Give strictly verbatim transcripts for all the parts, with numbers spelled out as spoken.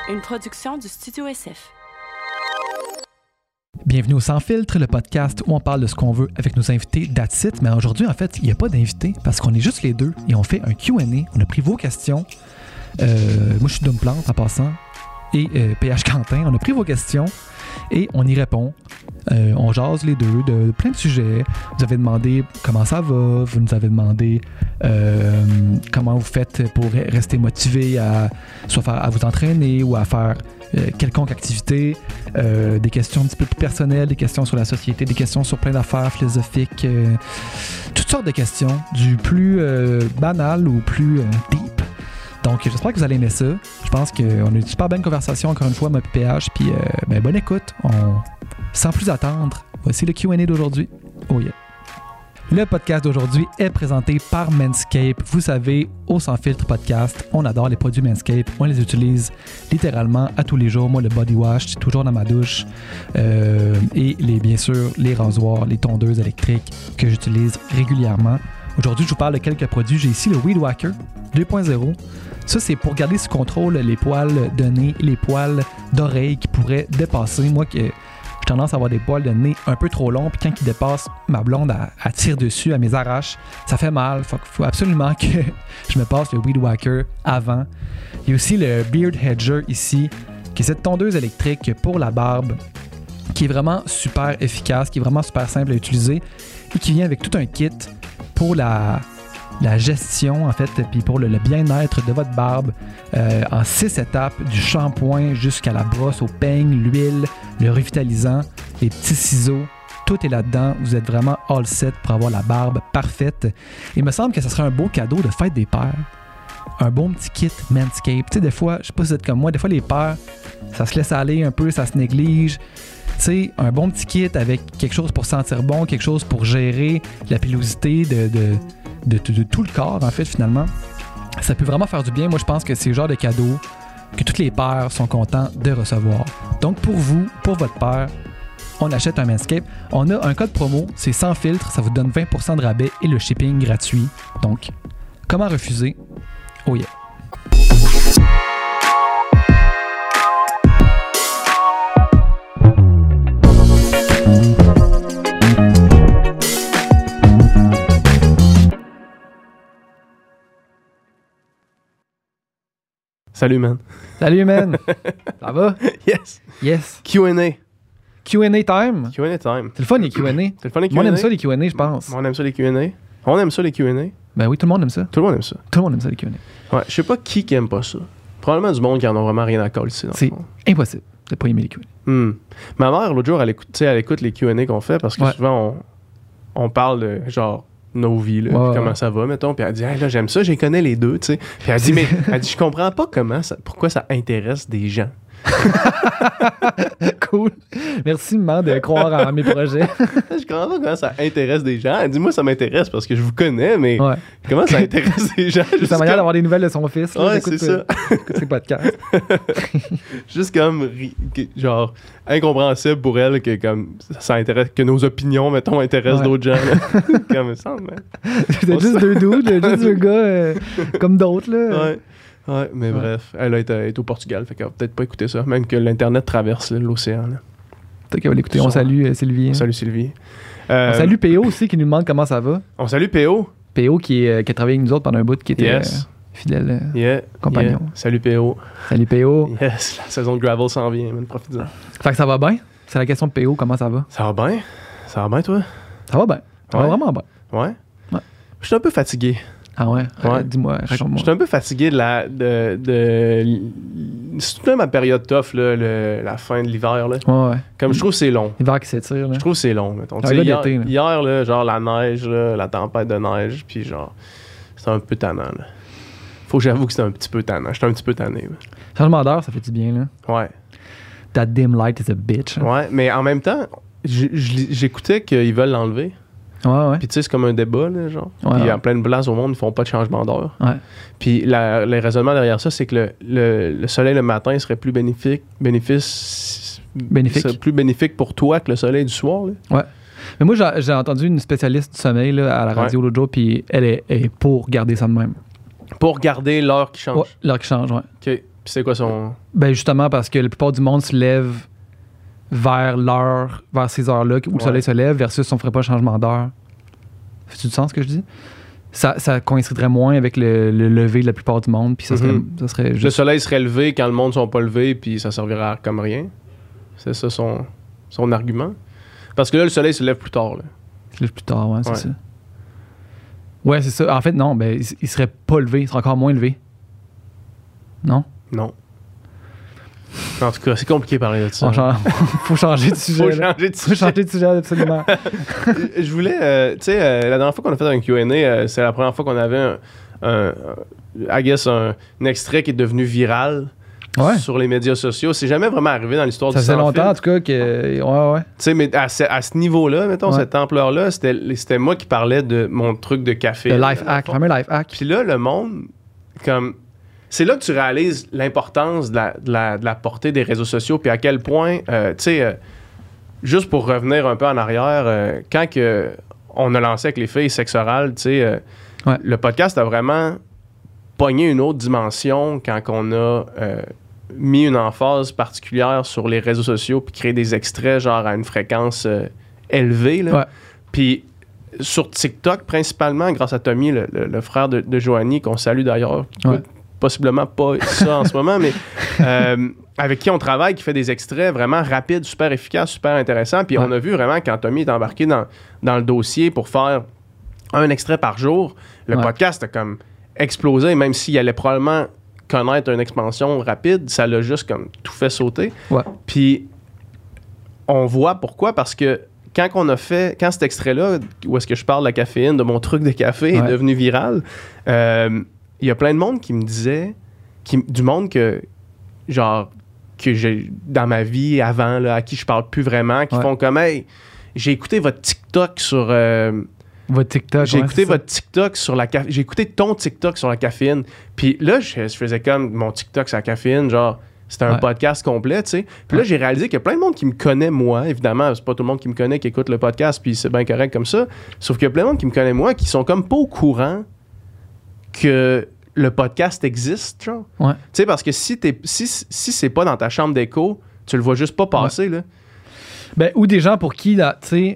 Une production du Studio S F. Bienvenue au Sans Filtre, le podcast où on parle de ce qu'on veut avec nos invités that's it. Mais aujourd'hui, en fait, il n'y a pas d'invités parce qu'on est juste les deux et on fait un Q and A. On a pris vos questions. Euh, moi, je suis Dumplante en passant. Et euh, P H Quentin, on a pris vos questions et on y répond. Euh, on jase les deux de plein de sujets. Vous avez demandé comment ça va. Vous nous avez demandé euh, comment vous faites pour rester motivé à soit faire, à vous entraîner ou à faire euh, quelconque activité. Euh, des questions un petit peu plus personnelles, des questions sur la société, des questions sur plein d'affaires philosophiques. Euh, toutes sortes de questions, du plus euh, banal au plus euh, deep. Donc, j'espère que vous allez aimer ça. Je pense qu'on a une super bonne conversation, encore une fois, moi et P H. Puis, euh, ben, bonne écoute. On... Sans plus attendre, voici le Q and A d'aujourd'hui. Oh yeah. Le podcast d'aujourd'hui est présenté par Manscaped. Vous savez, au Sans Filtre podcast, on adore les produits Manscaped. On les utilise littéralement à tous les jours. Moi, le body wash, c'est toujours dans ma douche. Euh, et les, bien sûr, les rasoirs, les tondeuses électriques que j'utilise régulièrement. Aujourd'hui, je vous parle de quelques produits. J'ai ici le Weed Whacker deux point zéro. Ça, c'est pour garder sous contrôle les poils de nez, les poils d'oreille qui pourraient dépasser. Moi, que j'ai tendance à avoir des poils de nez un peu trop longs, puis quand ils dépassent, ma blonde, elle, elle tire dessus, elle me les arrache. Ça fait mal. Faut, faut absolument que je me passe le Weed Whacker avant. Il y a aussi le Beard Hedger ici, qui est cette tondeuse électrique pour la barbe, qui est vraiment super efficace, qui est vraiment super simple à utiliser et qui vient avec tout un kit pour la... la gestion, en fait, puis pour le, le bien-être de votre barbe euh, en six étapes, du shampoing jusqu'à la brosse au peigne, l'huile, le revitalisant, les petits ciseaux, tout est là-dedans. Vous êtes vraiment all set pour avoir la barbe parfaite. Il me semble que ce serait un beau cadeau de fête des pères. Un bon petit kit Manscaped. Tu sais, des fois, je sais pas si vous êtes comme moi, des fois les pères, ça se laisse aller un peu, ça se néglige. Tu sais, un bon petit kit avec quelque chose pour sentir bon, quelque chose pour gérer la pilosité de... de De, de, de tout le corps, en fait, finalement. Ça peut vraiment faire du bien. Moi, je pense que c'est le genre de cadeau que tous les pères sont contents de recevoir. Donc, pour vous, pour votre père, on achète un Manscaped. On a un code promo, c'est sans filtre. Ça vous donne vingt pour cent de rabais et le shipping gratuit. Donc, comment refuser? Oh yeah! Salut, man. Salut, man. Ça va? Yes. Yes. Q and A. Q and A time. Q and A time. C'est le fun, les Q and A. C'est le fun, les Q and A. Moi, on aime ça, les Q and A, je pense. On aime ça, les Q and A. On aime ça, les Q and A. Ben oui, tout le monde aime ça. Tout le monde aime ça. Tout le monde aime ça, les Q and A. Ouais, je sais pas qui qui aime pas ça. Probablement du monde qui en a vraiment rien à coller ici. C'est impossible de pas aimer les Q and A. Hmm. Ma mère, l'autre jour, elle écoute, elle écoute les Q and A qu'on fait parce que ouais. souvent, on, on parle de genre nos vies, là, ouais, comment ouais. ça va, mettons. Puis elle dit, hey, là, j'aime ça, j'y connais les deux, tu sais. Puis elle dit, mais elle dit, je comprends pas comment ça, pourquoi ça intéresse des gens. Cool. Merci, maman, de croire en mes projets. Je comprends pas comment ça intéresse des gens. Elle dit, moi, ça m'intéresse parce que je vous connais, mais ouais. comment ça intéresse des gens? C'est sa manière d'avoir des nouvelles de son fils. Là, ouais, écoute, c'est ça. Écoute ses podcasts. Juste comme, genre, incompréhensible pour elle que, comme, ça intéresse, que nos opinions, mettons, intéressent ouais. d'autres gens. Là. Comme ça, man. C'est juste deux dudes, juste deux gars euh, comme d'autres, là. Ouais. Ouais, mais ouais. bref, elle, a été, elle est au Portugal, fait qu'elle va peut-être pas écouter ça, même que l'Internet traverse là, l'océan. Là. Peut-être qu'elle va l'écouter. On salue euh, Sylvie. On salue Sylvie. Euh, on salue P O aussi qui nous demande comment ça va. On salue P O. P O qui, est, qui a travaillé avec nous autres pendant un bout, qui était yes. euh, fidèle euh, yeah. compagnon. Yeah. Salut P O. Salut P O. Yes, la saison de gravel s'en vient, man, profite-en. Fait que ça va bien. C'est la question de P O, comment ça va? Ça va bien? Ça va bien, toi? Ça va bien. Ça ouais. va vraiment bien. Ouais? Ouais. Je suis un peu fatigué. Ah ouais? ouais. Euh, dis-moi, raconte-moi. Je suis un peu fatigué de la... De, de, c'est toute ma période tough, là, le, la fin de l'hiver. Là. Ouais, ouais. Comme je trouve que c'est long. L'hiver qui s'étire, là. Je trouve que c'est long, mettons. Ah, hier, d'été, là. hier là, genre la neige, là, la tempête de neige, puis genre, c'est un peu tannant, là. Faut que j'avoue que c'est un petit peu tannant. J'étais un petit peu tanné. Là. Changement d'heure, ça fait du bien, là. Ouais. That dim light is a bitch. Hein. Ouais, mais en même temps, j'écoutais qu'ils veulent l'enlever. Ouais, ouais. Puis tu sais, c'est comme un débat, là, genre. Ouais, Puis ouais. en pleine place au monde, ils font pas de changement d'heure. Ouais. Puis la, le raisonnement derrière ça, c'est que le, le, le soleil le matin serait plus bénéfique, bénéfice, bénéfique. serait plus bénéfique pour toi que le soleil du soir, là. Ouais. Mais moi, j'ai, j'ai entendu une spécialiste du sommeil là, à la radio ouais. l'autre jour, puis elle est, elle est pour garder ça de même. Pour garder l'heure qui change. Ouais, l'heure qui change, ouais. OK. Puis c'est quoi son... Ben justement parce que la plupart du monde se lève vers l'heure, vers ces heures-là où ouais. le soleil se lève versus on ferait pas le changement d'heure. Fait-tu du sens ce que je dis? Ça, ça coïnciderait moins avec le, le lever de la plupart du monde, puis ça serait, mm-hmm. ça serait juste... Le soleil serait levé quand le monde ne sont pas levés, puis ça servira comme rien. C'est ça son, son argument. Parce que là, le soleil se lève plus tard. Là. Il se lève plus tard, ouais, c'est ouais. ça. Ouais, c'est ça. En fait, non, ben, il, il serait pas levé, il serait encore moins levé. Non? Non. En tout cas, c'est compliqué de parler de ça. Change... Faut changer de sujet. Faut changer de sujet. Faut changer de sujet, absolument. Je voulais, euh, tu sais, euh, la dernière fois qu'on a fait un Q and A, euh, c'est la première fois qu'on avait un, un, un I guess, un, un extrait qui est devenu viral ouais. sur les médias sociaux. C'est jamais vraiment arrivé dans l'histoire ça du Ça faisait longtemps, film. en tout cas, que... Ouais, ouais. Tu sais, mais à ce, à ce niveau-là, mettons, ouais. cette ampleur-là, c'était, c'était moi qui parlais de mon truc de café. Le life hack, le fameux life hack. Puis là, le monde, comme... C'est là que tu réalises l'importance de la, de la, de la portée des réseaux sociaux, puis à quel point, euh, tu sais, euh, juste pour revenir un peu en arrière, euh, quand que on a lancé avec les filles sexe oral, tu sais, euh, ouais. le podcast a vraiment pogné une autre dimension quand on a euh, mis une emphase particulière sur les réseaux sociaux, puis créé des extraits, genre à une fréquence euh, élevée, là. Ouais. Puis sur TikTok, principalement, grâce à Tommy, le, le, le frère de, de Joanie, qu'on salue d'ailleurs, ouais. possiblement pas ça en ce moment, mais euh, avec qui on travaille, qui fait des extraits vraiment rapides, super efficaces, super intéressants. Puis ouais. on a vu vraiment quand Tommy est embarqué dans, dans le dossier pour faire un extrait par jour, le ouais. podcast a comme explosé, même s'il allait probablement connaître une expansion rapide, ça l'a juste comme tout fait sauter. Ouais. Puis on voit pourquoi, parce que quand on a fait, quand cet extrait-là, où est-ce que je parle de la caféine, de mon truc de café, ouais. est devenu viral, euh, il y a plein de monde qui me disait, qui, du monde que, genre, que j'ai dans ma vie avant, là, à qui je parle plus vraiment, qui ouais. font comme, hey, j'ai écouté votre TikTok sur. Euh, votre TikTok, J'ai ouais, écouté votre TikTok sur la caféine. J'ai écouté ton TikTok sur la caféine. Puis là, je, je faisais comme mon TikTok sur la caféine, genre, c'était un ouais. podcast complet, tu sais. Puis là, j'ai réalisé qu'il y a plein de monde qui me connaît, moi. Évidemment, c'est pas tout le monde qui me connaît, qui écoute le podcast, puis c'est bien correct comme ça. Sauf qu'il y a plein de monde qui me connaît, moi, qui sont comme pas au courant que le podcast existe, genre. Ouais. Tu sais, parce que si, t'es, si, si c'est pas dans ta chambre d'écho, tu le vois juste pas passer, ouais. là. Ben, ou des gens pour qui, là, tu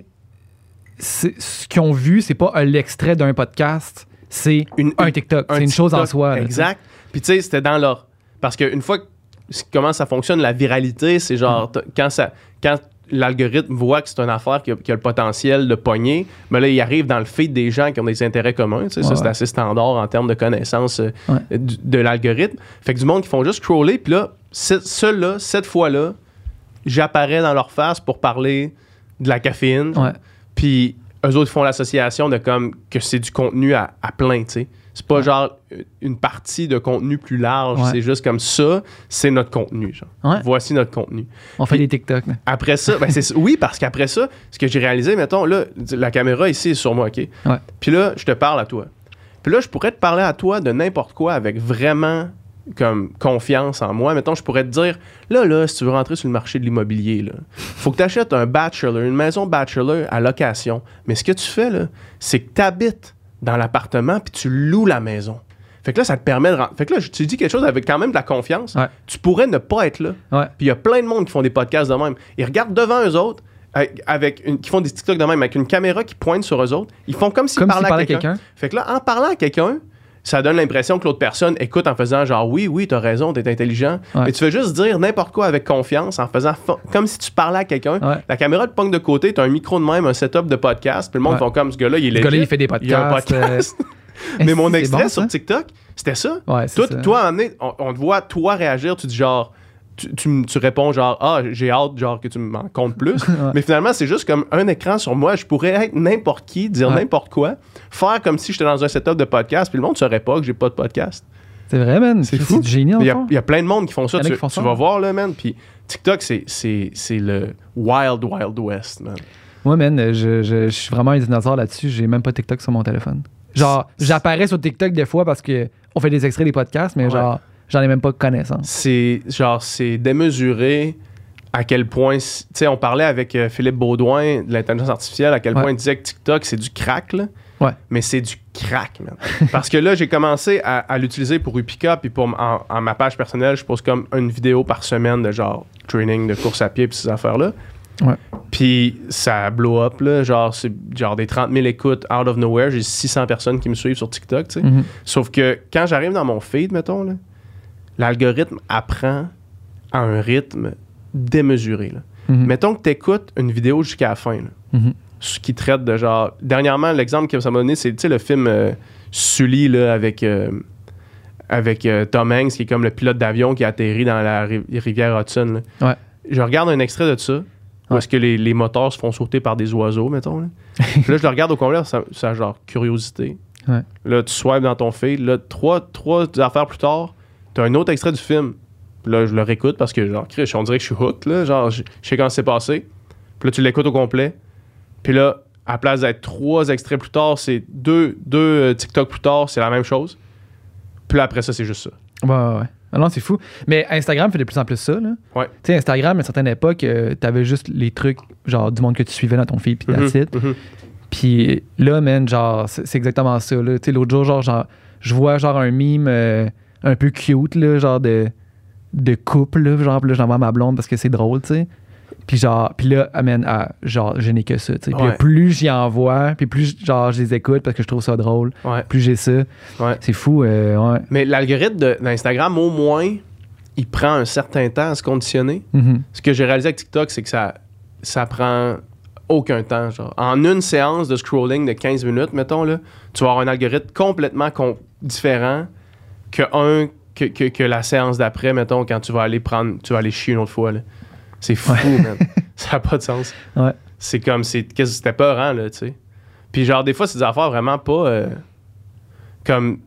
sais, ce qu'ils ont vu, c'est pas l'extrait d'un podcast, c'est une, un TikTok. Un c'est une TikTok, chose en soi. Là, exact. Puis tu sais, c'était dans leur... Parce qu'une fois que comment ça fonctionne, la viralité, c'est genre, mm. quand ça... Quand l'algorithme voit que c'est une affaire qui a, qui a le potentiel de pogner, mais là, il arrive dans le feed des gens qui ont des intérêts communs. Ça, ouais, c'est ouais. assez standard en termes de connaissance euh, ouais. de, de l'algorithme. Fait que du monde qui font juste scroller, puis là, ceux-là, cette fois-là, j'apparais dans leur face pour parler de la caféine. Ouais. Puis eux autres font l'association de comme que c'est du contenu à, à plein, tu sais. C'est pas ouais. genre une partie de contenu plus large, ouais. c'est juste comme ça, c'est notre contenu. Genre. Ouais. Voici notre contenu. On fait Puis, des TikTok. Là. Après ça, ben c'est, oui, parce qu'après ça, ce que j'ai réalisé, mettons, là, la caméra ici est sur moi, OK? Ouais. Puis là, je te parle à toi. Puis là, je pourrais te parler à toi de n'importe quoi avec vraiment comme confiance en moi. Mettons, je pourrais te dire, là, là, si tu veux rentrer sur le marché de l'immobilier, là, faut que tu achètes un bachelor, une maison bachelor à location. Mais ce que tu fais, là, c'est que tu habites dans l'appartement puis tu loues la maison. Fait que là, ça te permet de rentrer. Fait que là, tu dis quelque chose avec quand même de la confiance. Ouais. Tu pourrais ne pas être là. Ouais. Puis il y a plein de monde qui font des podcasts de même. Ils regardent devant eux autres, avec une, qui font des TikTok de même, avec une caméra qui pointe sur eux autres. Ils font comme s'ils comme parlaient s'ils à, parlaient quelqu'un. à quelqu'un. Fait que là, en parlant à quelqu'un, ça donne l'impression que l'autre personne écoute en faisant genre oui, oui, t'as raison, t'es intelligent. Ouais. Mais tu veux juste dire n'importe quoi avec confiance en faisant fa- comme si tu parlais à quelqu'un. Ouais. La caméra te pogne de côté, t'as un micro de même, un setup de podcast. Puis le monde ouais. font comme ce gars-là, il est legit. Ce gars-là, il fait des podcasts. Il y a un podcast. Euh... Mais mon extrait bon, sur TikTok, c'était ça. Ouais, c'est toi, ça. Toi, on, on te voit, toi, réagir, tu dis genre. Tu, tu, tu réponds genre ah j'ai hâte genre que tu m'en comptes plus ouais. Mais finalement c'est juste comme un écran sur moi, je pourrais être n'importe qui, dire ouais. n'importe quoi, faire comme si j'étais dans un setup de podcast puis le monde ne saurait pas que j'ai pas de podcast. C'est vrai, man, c'est, c'est fou, c'est génial. Il y, y a plein de monde qui font ça, tu, font tu ça, vas voir là, man, puis TikTok c'est, c'est, c'est le wild wild west, man. Moi, man, je, je, je suis vraiment un dinosaure là-dessus, j'ai même pas TikTok sur mon téléphone. Genre, c'est... j'apparais sur TikTok des fois parce que on fait des extraits des podcasts, mais ouais. genre j'en ai même pas connaissance. C'est genre, c'est démesuré à quel point... Tu sais, on parlait avec euh, Philippe Baudouin de l'intelligence artificielle, à quel ouais. point il disait que TikTok, c'est du crack, là. Ouais. Mais c'est du crack, man. Parce que là, j'ai commencé à, à l'utiliser pour Upika, puis pour en, en ma page personnelle, je pose comme une vidéo par semaine de genre training de course à pied puis ces affaires-là. Ouais. Puis ça blow up, là. Genre, c'est genre des trente mille écoutes out of nowhere. J'ai six cents personnes qui me suivent sur TikTok, tu sais. Mm-hmm. Sauf que quand j'arrive dans mon feed, mettons, là, l'algorithme apprend à un rythme démesuré, là. Mm-hmm. Mettons que tu écoutes une vidéo jusqu'à la fin, là, Mm-hmm. ce qui traite de genre... Dernièrement, l'exemple que ça m'a donné, c'est, tu sais, le film euh, Sully, là, avec, euh, avec euh, Tom Hanks, qui est comme le pilote d'avion qui atterrit dans la ri- rivière Hudson, là. Ouais. Je regarde un extrait de ça, où Ouais. est-ce que les, les moteurs se font sauter par des oiseaux, mettons, là. Puis là, je le regarde au complet, ça, ça a genre curiosité. Ouais. Là, tu swipes dans ton feed. Là, trois, trois affaires plus tard, t'as un autre extrait du film. Puis là, je le réécoute parce que, genre, Chris, on dirait que je suis hooked, là. Genre, je je sais quand c'est passé. Puis là, tu l'écoutes au complet. Puis là, à la place d'être trois extraits plus tard, c'est deux, deux euh, TikTok plus tard, c'est la même chose. Puis là, après ça, c'est juste ça. Ouais, ouais, ouais. Ah non, c'est fou. Mais Instagram fait de plus en plus ça, là. Ouais. Tu sais, Instagram, à une certaine époque, euh, t'avais juste les trucs, genre, du monde que tu suivais dans ton feed, puis that's Mhm, it. mhm. Puis là, man, genre, c'est, c'est exactement ça, là. Tu sais, l'autre jour, genre, genre, je vois, genre, un meme euh, un peu cute, là, genre de, de couple, là, genre, puis là, j'envoie à ma blonde parce que c'est drôle, tu sais. Puis genre, puis là, amen, ah, genre, je n'ai que ça, tu sais. Puis Ouais. là, plus j'y envoie, puis plus, genre, je les écoute parce que je trouve ça drôle, Ouais. plus j'ai ça. Ouais. C'est fou, euh, ouais. Mais l'algorithme de- d'Instagram, au moins, il prend un certain temps à se conditionner. Mhm. Ce que j'ai réalisé avec TikTok, c'est que ça, ça prend aucun temps. Genre. En une séance de scrolling de quinze minutes, mettons, là, tu vas avoir un algorithme complètement con- différent que, un, que, que, que la séance d'après, mettons, quand tu vas aller prendre, tu vas aller chier une autre fois. Là. C'est fou, man. Ça n'a pas de sens. Ouais. C'est comme, c'est, qu'est-ce- c'était peurant, là, tu sais. Puis genre, des fois, c'est des affaires vraiment pas... euh, comme...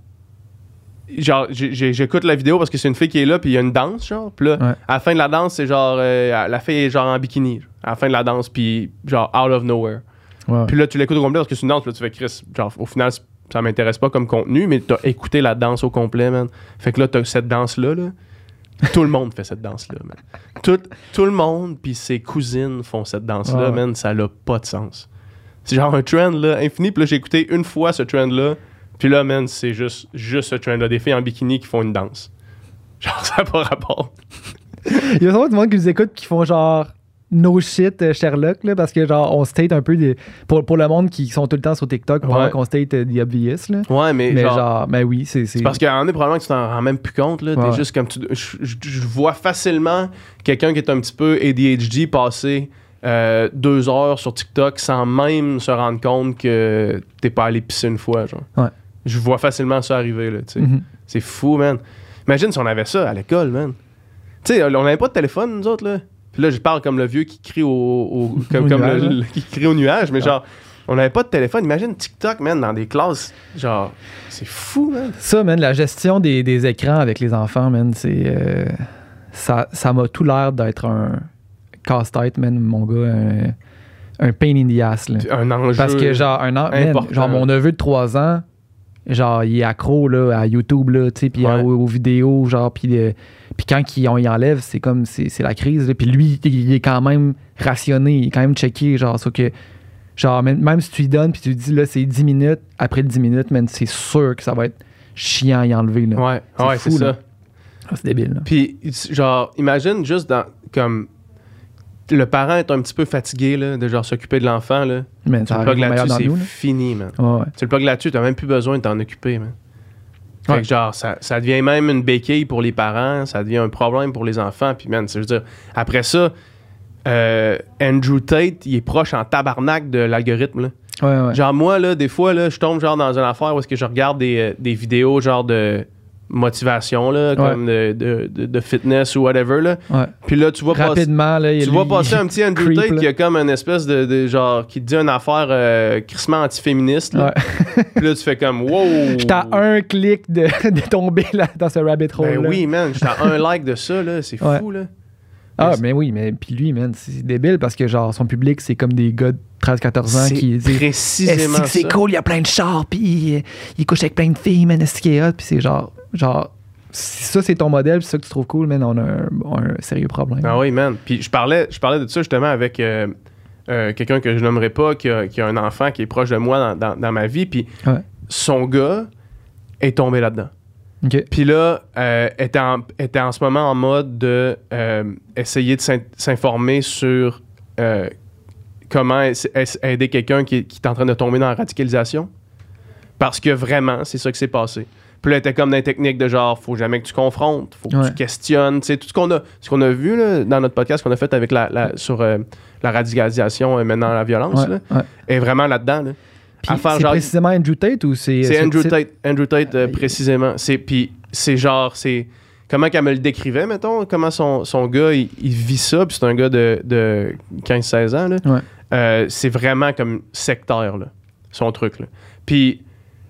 Genre, j'ai- j'ai- j'écoute la vidéo parce que c'est une fille qui est là, puis il y a une danse, genre. Puis là, Ouais. à la fin de la danse, c'est genre... euh, la fille est genre en bikini, à la fin de la danse, puis genre out of nowhere. Ouais. Puis là, tu l'écoutes au complet parce que c'est une danse, puis là, tu fais Chris. Genre, au final, c'est- ça m'intéresse pas comme contenu, mais t'as écouté la danse au complet, man. Fait que là, t'as cette danse-là, là. Tout le monde fait cette danse-là, man. Tout, tout le monde, puis ses cousines font cette danse-là, Ouais. man. Ça n'a pas de sens. C'est genre un trend, là, infini. Puis là, j'ai écouté une fois ce trend-là. Puis là, man, c'est juste, juste ce trend-là. Des filles en bikini qui font une danse. Genre, ça n'a pas rapport. Il y a souvent du monde qui nous écoute qui font genre no shit euh, Sherlock, là, parce que genre on state un peu des, pour, pour le monde qui sont tout le temps sur TikTok, pour Ouais. qu'on state euh, the obvious, là. Ouais, mais, Mais genre... genre, ben oui, c'est. C'est C'est parce qu'à un moment donné, probablement que tu t'en rends même plus compte. Là. T'es Ouais. juste comme tu, je, je- je vois facilement quelqu'un qui est un petit peu A D H D passer euh, deux heures sur TikTok sans même se rendre compte que t'es pas allé pisser une fois. Genre. Ouais. Je vois facilement ça arriver. Là, tu sais. Mhm. C'est fou, man. Imagine si on avait ça à l'école, man. Tu sais, on n'avait pas de téléphone, nous autres. Là. Puis là, je parle comme le vieux qui crie au, au- comme, Au comme nuage, le- hein. le- qui crie au nuage, mais genre, on n'avait pas de téléphone. Imagine TikTok, man, dans des classes. Genre, c'est fou, man. Ça, man, la gestion des, des écrans avec les enfants, man, c'est. euh, ça, ça m'a tout l'air d'être un casse-tête, man, mon gars. Un, un pain in the ass, là. Un enjeu. Parce que, genre, un an, man, important. genre, mon neveu de trois ans, genre, il est accro, là, à YouTube, là, tu sais, puis Ouais. à- aux, aux vidéos, genre, puis euh, puis quand il, on y enlève, c'est comme, c'est, c'est la crise, là. Puis lui, il est quand même rationné, il est quand même checké, genre, sauf que, genre, même, même si tu lui donnes, puis tu lui dis, là, c'est dix minutes, après le dix minutes, man, c'est sûr que ça va être chiant à y enlever, là. Ouais, C'est ouais, fou, c'est là. ça. Ah, c'est débile, là. Puis, genre, imagine juste dans, comme, le parent est un petit peu fatigué, là, de genre s'occuper de l'enfant, là. Man, Tu ça le arrive plug au meilleur là-dessus, dans c'est nous, là. fini, man. Ouais, ouais. Tu le plug là-dessus, t'as même plus besoin de t'en occuper, man. Fait Ouais. que genre, ça, ça devient même une béquille pour les parents, ça devient un problème pour les enfants, puis man, je veux dire, après ça, euh, Andrew Tate, il est proche en tabarnak de l'algorithme, là. Ouais, ouais. Genre, moi, là, des fois, là, je tombe genre dans une affaire où est-ce que je regarde des, euh, des vidéos genre de motivation, là, comme de, de, de- de fitness ou whatever, là. Ouais. Puis là, tu vois passer... Rapidement, là, il Tu vois passer un petit Andrew creep, Tate là. qui a comme une espèce de, de genre qui te dit une affaire euh, crissement antiféministe. Là. Ouais. Puis là, tu fais comme wow. J'étais à un clic de, de tomber là, dans ce rabbit hole. Ben là. oui, man. J'étais à un like de ça, là. C'est Ouais. fou, là. Ah, Mais mais oui, mais puis lui, man, c'est débile parce que genre son public, c'est comme des gars de treize quatorze ans C'est qui disent précisément est-ce que c'est ça. cool, il y a plein de chars, puis euh, il couche avec plein de filles, man, est-ce qu'il est hot, puis c'est genre, genre, si ça c'est ton modèle, puis c'est ça que tu trouves cool, man, on a un, on a un sérieux problème. Ah oui, man. Puis je parlais, je parlais de ça justement avec, euh, euh, quelqu'un que je nommerai pas, qui a, qui a un enfant qui est proche de moi dans, dans, dans ma vie, puis Ouais. son gars est tombé là-dedans. OK. Puis là, euh, était, en, était en ce moment en mode de euh, essayer de s'in- s'informer sur euh, comment es- es- aider quelqu'un qui, est- qui est en train de tomber dans la radicalisation. Parce que vraiment, c'est ça qui s'est passé. Puis là, elle était comme dans les techniques de genre, faut jamais que tu confrontes, faut que Ouais. tu questionnes. Tu sais, tout ce qu'on a, ce qu'on a vu là, dans notre podcast qu'on a fait avec la, la- sur euh, la radicalisation et maintenant la violence, Ouais, là, ouais. est vraiment là-dedans. Là. Puis À faire c'est genre- précisément Andrew Tate ou c'est... C'est ce Andrew type- Tate, Andrew Tate euh, Euh, précisément. C'est, puis c'est genre, c'est... Comment qu'elle me le décrivait, mettons, comment son, son gars, il, il vit ça, puis c'est un gars de, de quinze seize ans, là. Ouais. Euh, c'est vraiment comme sectaire, là, son truc, là. Puis,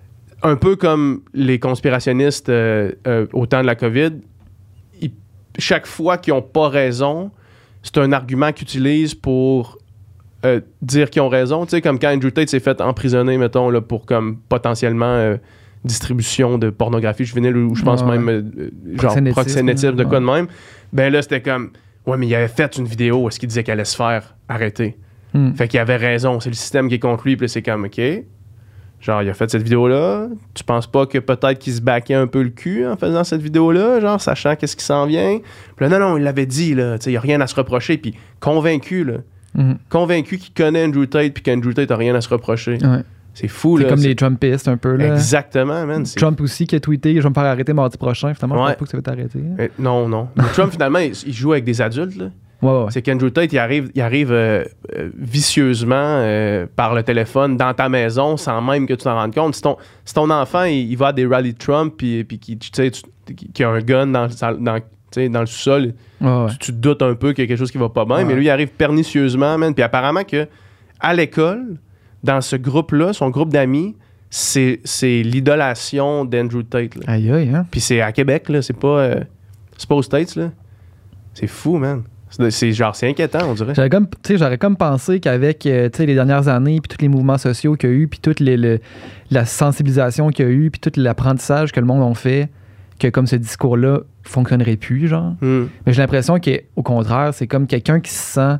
un peu comme les conspirationnistes euh, euh, au temps de la COVID, ils- chaque fois qu'ils n'ont pas raison, c'est un argument qu'ils utilisent pour euh, dire qu'ils ont raison. Tu sais, comme quand Andrew Tate s'est fait emprisonner, mettons, là, pour comme potentiellement euh, distribution de pornographie juvénile ou je pense Ouais, même euh, genre Proxénétisme, proxénétisme, de quoi ouais. de même. Ben là, c'était comme, ouais, mais il avait fait une vidéo où est-ce qu'il disait qu'elle allait se faire arrêter. Hmm. Fait qu'il avait raison, c'est le système qui est contre lui, puis là, c'est comme, OK, genre, il a fait cette vidéo-là, tu penses pas que peut-être qu'il se baquait un peu le cul en faisant cette vidéo-là, genre, sachant qu'est-ce qui s'en vient? Puis là, non, non, il l'avait dit, là, tu sais, il n'y a rien à se reprocher, puis convaincu, là, Mhm. convaincu qu'il connaît Andrew Tate, puis qu'Andrew Tate n'a rien à se reprocher. Ouais. C'est fou, C'est là. comme c'est- les Trumpistes un peu, là. Exactement, man. c'est- Trump aussi qui a tweeté « Je vais me faire arrêter mardi prochain ». Finalement, je Ouais. pense pas que ça va être arrêté. Euh, non, non. Mais Trump, finalement, il, il joue avec des adultes, là. Ouais, ouais, ouais. C'est qu'Andrew Tate, il arrive, il arrive euh, euh, vicieusement euh, par le téléphone dans ta maison sans même que tu t'en rendes compte. Si ton, si ton enfant, il, il va à des rallyes de Trump puis, puis qu'il tu sais, tu- qu'il a un gun dans, dans, tu sais, dans le sous-sol, Ouais, ouais. tu, tu te doutes un peu qu'il y a quelque chose qui va pas bien. Ouais. Mais lui, il arrive pernicieusement, man. Puis apparemment que à l'école, dans ce groupe-là, son groupe d'amis, c'est, c'est l'idolation d'Andrew Tate. Là. Aïe, aïe, hein. Puis c'est à Québec, là. C'est pas, euh, c'est pas aux States, là. C'est fou, man. C'est, c'est genre, c'est inquiétant, on dirait. J'aurais comme, tu sais, j'aurais comme pensé qu'avec euh, tu sais, les dernières années, puis tous les mouvements sociaux qu'il y a eu, puis toute les, le- la sensibilisation qu'il y a eu, puis tout l'apprentissage que le monde a fait, que comme ce discours-là fonctionnerait plus, genre. Hmm. Mais j'ai l'impression qu'au contraire, c'est comme quelqu'un qui se sent...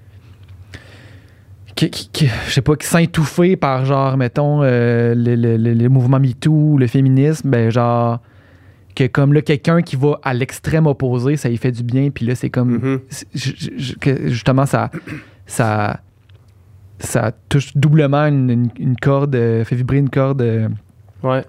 Qui, qui- qui- je sais pas, qui se sent étouffé par, genre, mettons, euh, le, le, le- le mouvement MeToo, le féminisme, ben genre... Que comme là, quelqu'un qui va à l'extrême opposé, ça lui fait du bien, puis là, c'est comme... Mhm. c'est- je- je- je- que justement, ça, ça, ça touche doublement une, une- une corde, euh, fait vibrer une corde euh, Ouais.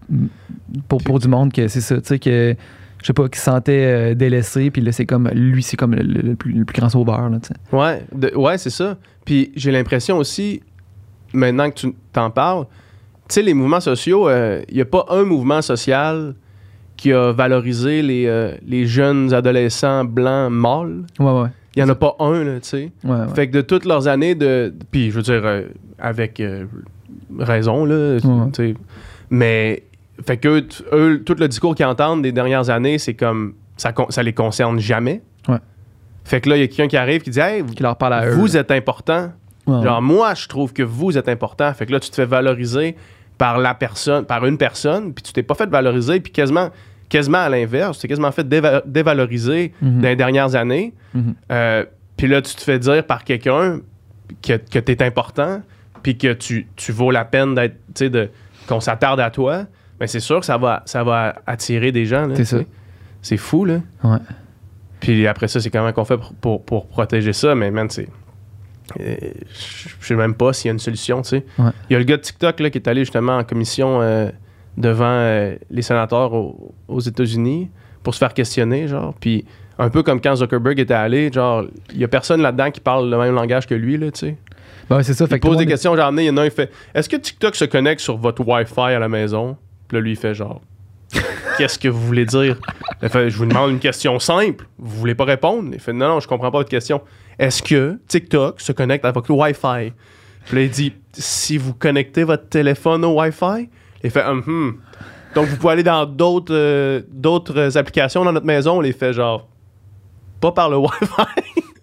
pour, pour du monde que c'est ça, tu sais, que je sais pas, qui se sentait euh, délaissé, puis là, c'est comme, lui, c'est comme le, le- le plus, le plus grand sauveur, là, tu sais. Ouais, de- ouais, c'est ça. Puis j'ai l'impression aussi, maintenant que tu t'en parles, tu sais, les mouvements sociaux, il n'y a pas un mouvement social qui a valorisé les, euh, les jeunes adolescents blancs mâles. Ouais, ouais. Il n'y en a pas un, là, tu sais. Ouais, ouais. Fait que de toutes leurs années de... Puis, je veux dire, euh, avec euh, raison, là, tu Ouais. sais. Mais, fait que eux, t- eux, tout le discours qu'ils entendent des dernières années, c'est comme... Ça, con- ça les concerne jamais. Ouais. Fait que là, il y a quelqu'un qui arrive qui dit « Hey, Qui leur parle à eux. vous êtes important. Ouais, ouais. Genre, moi, je trouve que vous êtes important. » Fait que là, tu te fais valoriser par la personne, par une personne, puis tu t'es pas fait valoriser, puis quasiment, quasiment à l'inverse, tu t'es quasiment fait déva- dévaloriser Mhm. dans les dernières années. Mhm. Euh, puis là, tu te fais dire par quelqu'un que, que tu es important, puis que tu, tu vaux la peine d'être, tu sais, de, qu'on s'attarde à toi. Mais c'est sûr que ça va, ça va attirer des gens. Là, C'est tu sais. ça. C'est fou, là. Ouais. Puis après ça, c'est comment qu'on fait pour, pour, pour protéger ça. Mais man, c'est... euh, Je je sais même pas s'il y a une solution, tu sais. Ouais. Il y a le gars de TikTok là, qui est allé justement en commission euh, devant euh, les sénateurs au- aux États-Unis pour se faire questionner, genre. Puis un peu comme quand Zuckerberg était allé, genre, il y a personne là-dedans qui parle le même langage que lui, là, tu sais. Ben ouais, c'est ça. Fait Il que tout pose le des monde est- questions, genre, il y en a un, il fait « Est-ce que TikTok se connecte sur votre Wi-Fi à la maison? » Puis là, lui, il fait genre « Qu'est-ce que vous voulez dire? » Il fait « Je vous demande une question simple. Vous voulez pas répondre? » Il fait « Non, non, je comprends pas votre question. Est-ce que TikTok se connecte à votre Wi-Fi? » Puis là, il dit « Si vous connectez votre téléphone au Wi-Fi? » Il fait Hum, hum. Donc, vous pouvez aller dans d'autres euh, d'autres applications dans notre maison. Il fait genre « Pas par le Wi-Fi. »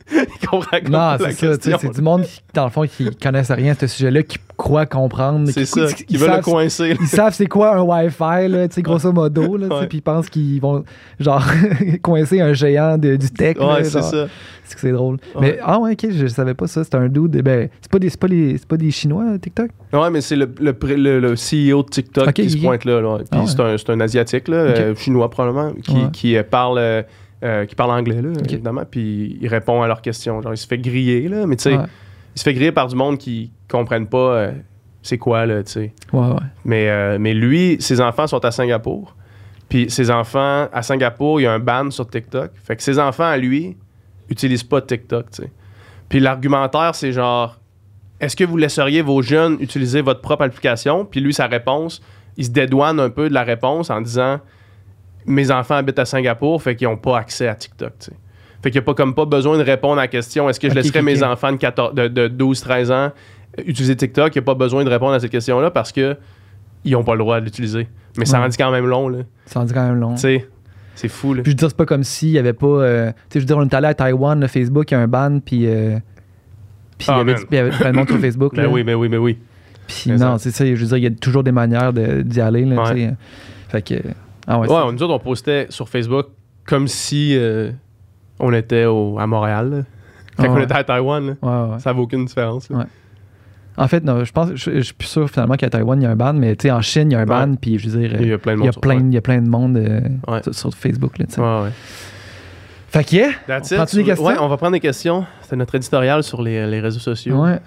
Ils comprennent Non, pas c'est la ça. tu sais, question. C'est du monde qui, dans le fond, qui connaissent rien à ce sujet-là, qui croit comprendre. C'est qui, ça, qui, qui ils veulent le savent- coincer. Ils savent c'est quoi un Wi-Fi, là, tu sais, grosso modo, là, tu sais, Ouais. puis ils pensent qu'ils vont, genre, coincer un géant de- du tech. là, Ouais, c'est genre. ça. C'est que c'est drôle. Ouais. Mais, ah ouais, ok, je, je savais pas ça. C'est un dude. Ben, c'est pas des, c'est pas les, c'est pas des Chinois, TikTok? Ouais, mais c'est le, le, pré- le- le C E O de TikTok Ok, qui se ok. pointe là. là. Puis Ah ouais. c'est, un, c'est un Asiatique, là, Ok. euh, chinois probablement, qui, Ouais. qui, euh, parle, euh, euh, qui parle anglais, là, Ok. évidemment. Puis il répond à leurs questions. Genre, il se fait griller, là. Mais tu sais, Ouais. il se fait griller par du monde qui comprennent pas euh, c'est quoi, là, tu sais. Ouais, ouais. Mais, euh, mais lui, ses enfants sont à Singapour. Puis ses enfants, à Singapour, il y a un ban sur TikTok. Fait que ses enfants, à lui, utilisent pas TikTok, tu sais. Puis l'argumentaire, c'est genre, est-ce que vous laisseriez vos jeunes utiliser votre propre application? Puis lui, sa réponse, il se dédouane un peu de la réponse en disant, mes enfants habitent à Singapour, fait qu'ils n'ont pas accès à TikTok, tu sais. Fait qu'il n'y a pas comme pas besoin de répondre à la question, est-ce que je Ok, laisserais ok, mes ok. enfants de, quatorze, de, de douze treize ans utiliser TikTok? Il n'y a pas besoin de répondre à cette question-là parce que ils n'ont pas le droit de l'utiliser. Mais ça Ouais. en dit quand même long, là. Ça en dit quand même long. Tu sais, c'est fou, là. Puis je veux dire, c'est pas comme s'il y avait pas. euh, tu sais, je veux dire, on est allé à Taïwan, le Facebook, il y a un ban, puis. euh, puis il Ah, y avait man. du- puis il y avait plein de monde sur Facebook. Ben là. oui, ben oui, ben oui. Puis Mais non, ça- c'est ça, je veux dire, il y a toujours des manières de- d'y aller, là, Ouais. tu sais. Fait que. Ah ouais, Ouais, c'est- on, nous autres, on postait sur Facebook comme si euh, on était au, à Montréal, là. Quand Ah on ouais. était à Taïwan, là. ouais, ouais. Ça vaut aucune différence, là. Ouais. En fait, non, je pense, je, je suis plus sûr finalement qu'à Taïwan, il y a un ban, mais tu sais, en Chine, il y a un ban, Ouais. puis je veux dire, Il y a plein de il y monde a sur- plein, ouais. il y a plein de monde euh, Ouais. sur, sur Facebook, là, tu sais. Ouais, ouais. Fait que, yeah, That's on it. prend-tu des questions? Ouais, on va prendre des questions. C'est notre éditorial sur les, les réseaux sociaux. Ouais.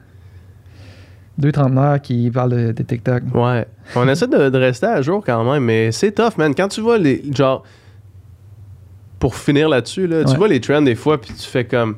Deux trentenaires qui parlent de, de TikTok. Ouais. On essaie de, de rester à jour quand même, mais c'est tough, man. Quand tu vois les. Genre. Pour finir là-dessus, là, tu Ouais. vois les trends des fois, puis tu fais comme.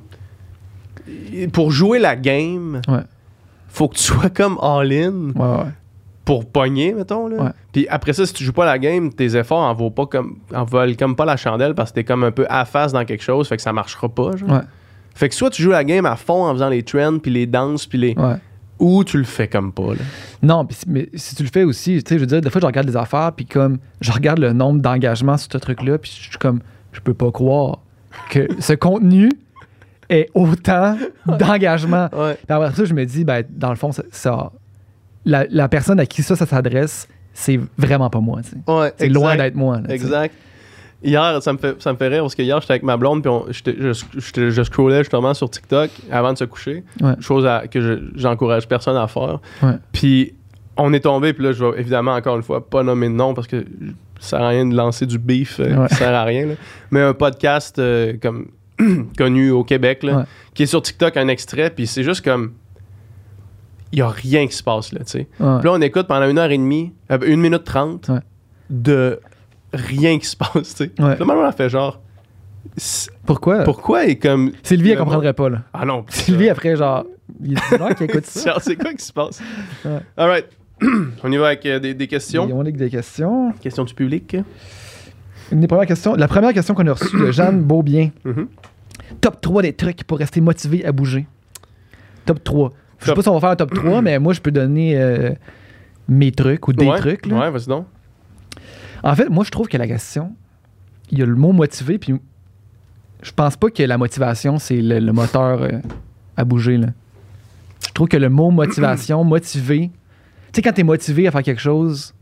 Pour jouer la game, Ouais. faut que tu sois comme all-in Ouais, ouais. pour pogner, mettons. Là. Ouais. Puis après ça, si tu joues pas la game, tes efforts en vaut pas comme. en valent comme pas la chandelle parce que t'es comme un peu à face dans quelque chose, fait que ça marchera pas. Genre. Ouais. Fait que soit tu joues la game à fond en faisant les trends, puis les danses, puis les. Ouais. Ou tu le fais comme pas, là. Non, pis si- mais si tu le fais aussi, tu sais, je veux dire, des fois, je regarde des affaires, puis comme, je regarde le nombre d'engagements sur ce truc-là, puis je suis comme, je peux pas croire que ce contenu ait autant d'engagement. Ouais. Puis après ça, je me dis, ben, dans le fond, ça, ça- la, la personne à qui ça, ça s'adresse, c'est vraiment pas moi, tu sais. Ouais, C'est exact. loin d'être moi. là, tu sais. Exact. Hier, ça me fait, ça me fait rire parce que hier, j'étais avec ma blonde, puis on- j'étais- je, j'étais- je scrollais justement sur TikTok avant de se coucher. Ouais. Chose à- que je- j'encourage personne à faire. Ouais. Puis on est tombé, puis là, je vais évidemment, encore une fois, pas nommer de nom parce que ça sert à rien de lancer du beef euh, Ouais. qui sert à rien. Là. Mais un podcast euh, comme connu au Québec, là, Ouais. qui est sur TikTok, un extrait, puis c'est juste comme. Il n'y a rien qui se passe là, tu sais. Ouais. Puis là, on écoute pendant une heure et demie, euh, une minute trente Ouais. de rien qui se passe, tu sais. Ouais. Puis là, on a fait genre. c'est- Pourquoi? Pourquoi et comme. Sylvie, elle le comprendrait pas, là. monde- Ah non. Sylvie, après, genre, il y a des gens qui écoutent ça. Genre, c'est quoi qui se passe? Ouais. All right. On y va avec euh, des, des questions. On a des questions. Questions du public. Une des premières questions. La première question qu'on a reçue de Jeanne Beaubien. Mhm. Top trois des trucs pour rester motivé à bouger. Top trois. Je sais Top- pas si on va faire un top trois, mais moi, je peux donner euh, mes trucs ou des ouais. trucs. Là. Ouais, vas-y donc. En fait, moi, je trouve que la question, il y a le mot motivé, puis je pense pas que la motivation, c'est le, le moteur euh, à bouger. Là. Je trouve que le mot motivation, motivé, tu sais, quand t'es motivé à faire quelque chose,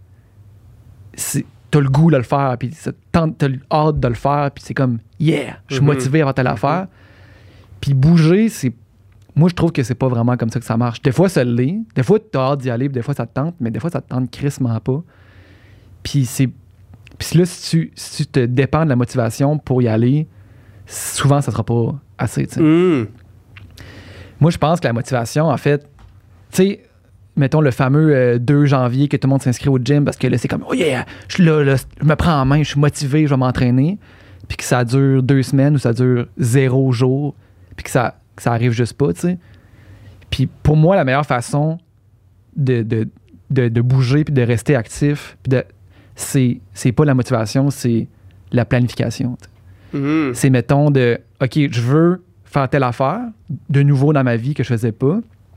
c'est- t'as le goût de le faire, puis ça te tente- t'as hâte de le faire, puis c'est comme, yeah, je suis Mhm. motivé à faire telle affaire. Puis bouger, c'est. Moi, je trouve que c'est pas vraiment comme ça que ça marche. Des fois, ça l'est. Des fois, t'as hâte d'y aller, puis des fois, ça te tente, mais des fois, ça te tente crissement pas. Puis c'est. Puis là, si tu, si tu te dépends de la motivation pour y aller, souvent, ça sera pas assez, tu sais. Mm. Moi, je pense que la motivation, en fait, tu sais, mettons le fameux euh, deux janvier que tout le monde s'inscrit au gym parce que là, c'est comme, oh yeah, je suis là, là, je me prends en main, je suis motivé, je vais m'entraîner. Puis que ça dure deux semaines ou ça dure zéro jour, puis que ça, que ça arrive juste pas, tu sais. Puis pour moi, la meilleure façon de, de, de, de bouger puis de rester actif, puis de, c'est, c'est pas la motivation, c'est la planification, tu sais. Mhm. C'est, mettons, de OK, je veux faire telle affaire de nouveau dans ma vie que je faisais pas.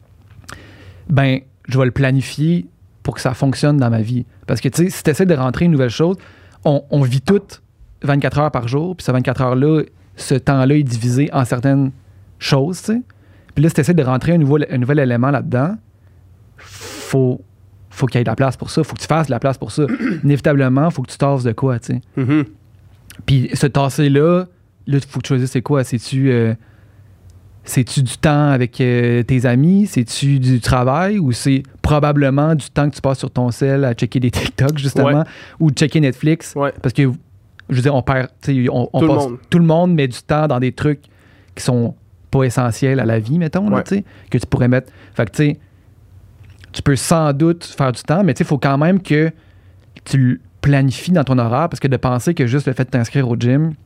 Ben, je vais le planifier pour que ça fonctionne dans ma vie. Parce que, tu sais, si tu essaies de rentrer une nouvelle chose, on, on vit toutes vingt-quatre heures par jour, puis ce vingt-quatre heures-là, ce temps-là est divisé en certaines chose, tu sais. Puis là, si tu essaies de rentrer un, nouveau, un nouvel élément là-dedans, faut, faut qu'il y ait de la place pour ça. Faut que tu fasses de la place pour ça. Inévitablement, faut que tu tasses de quoi, tu sais. Mm-hmm. Puis ce tasser-là, là, faut que tu choisisses c'est quoi. C'est-tu, euh, c'est-tu du temps avec euh, tes amis? C'est-tu du travail? Ou c'est probablement du temps que tu passes sur ton cell à checker des TikTok, justement, Ouais. ou checker Netflix? Ouais. Parce que, je veux dire, on perd... tu sais, On, on Tout le passe, monde. tout le monde met du temps dans des trucs qui sont pas essentiels à la vie, mettons, là, Ouais. tu sais, que tu pourrais mettre... Fait que, tu sais, tu peux sans doute faire du temps, mais tu sais, il faut quand même que tu le planifies dans ton horaire, parce que de penser que juste le fait de t'inscrire au gym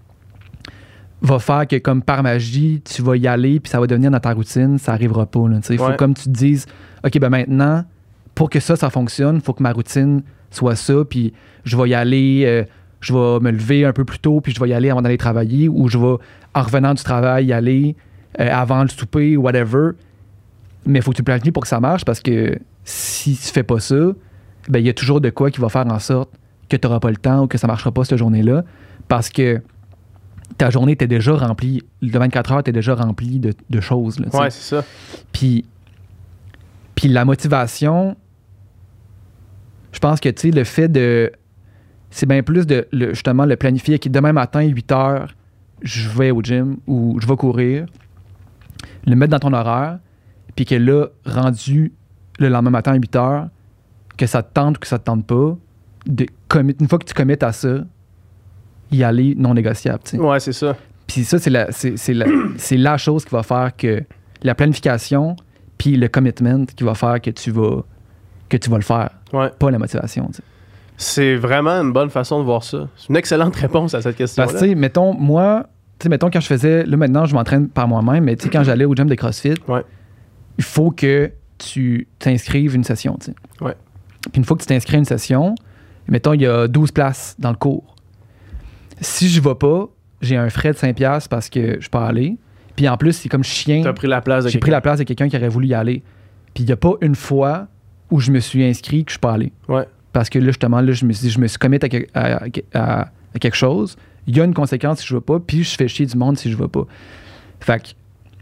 va faire que, comme par magie, tu vas y aller puis ça va devenir dans ta routine, ça arrivera pas. Il faut Ouais. comme tu te dises, OK, ben maintenant, pour que ça, ça fonctionne, il faut que ma routine soit ça, puis je vais y aller, euh, je vais me lever un peu plus tôt, puis je vais y aller avant d'aller travailler, ou je vais, en revenant du travail, y aller euh, avant le souper, whatever. Mais il faut que tu planifies pour que ça marche, parce que si tu fais pas ça, ben il y a toujours de quoi qui va faire en sorte que tu n'auras pas le temps ou que ça ne marchera pas cette journée-là, parce que ta journée était déjà remplie, le vingt-quatre heures était déjà remplie de, de choses. Là, tu sais. Ouais, c'est ça. Puis, puis la motivation, je pense que, tu sais, le fait de... C'est bien plus de, le, justement, le planifier. Qui demain matin, huit heures, je vais au gym ou je vais courir. Le mettre dans ton horaire. Puis que là, rendu le lendemain matin à huit heures, que ça te tente ou que ça te tente pas, de commit, une fois que tu committes à ça, y aller non négociable. Tu sais. Ouais, c'est ça. Puis ça, c'est la, c'est, c'est, la, c'est la chose qui va faire que la planification puis le commitment qui va faire que tu vas, que tu vas le faire, Ouais. pas la motivation. Tu sais. C'est vraiment une bonne façon de voir ça. C'est une excellente réponse à cette question-là. Parce que, tu sais, mettons, moi, tu sais, mettons, quand je faisais, là, maintenant, je m'entraîne par moi-même, mais tu sais, quand j'allais au gym de CrossFit, Ouais. il faut que tu t'inscrives une session, tu sais. Ouais. Puis une fois que tu t'inscris à une session, mettons, il y a douze places dans le cours. Si je vais pas, j'ai un frais de cinq dollars parce que je peux aller. Puis en plus, c'est comme chien. T'as pris la place de J'ai pris la place de quelqu'un qui aurait voulu y aller. Puis il n'y a pas une fois où je me suis inscrit que je suis pas allé. Ouais. Parce que là, justement, là, je me suis dit, je me suis commit à, que- à- à- à quelque chose. Il y a une conséquence si je ne vais pas, puis je fais chier du monde si je ne vais pas. Fait que,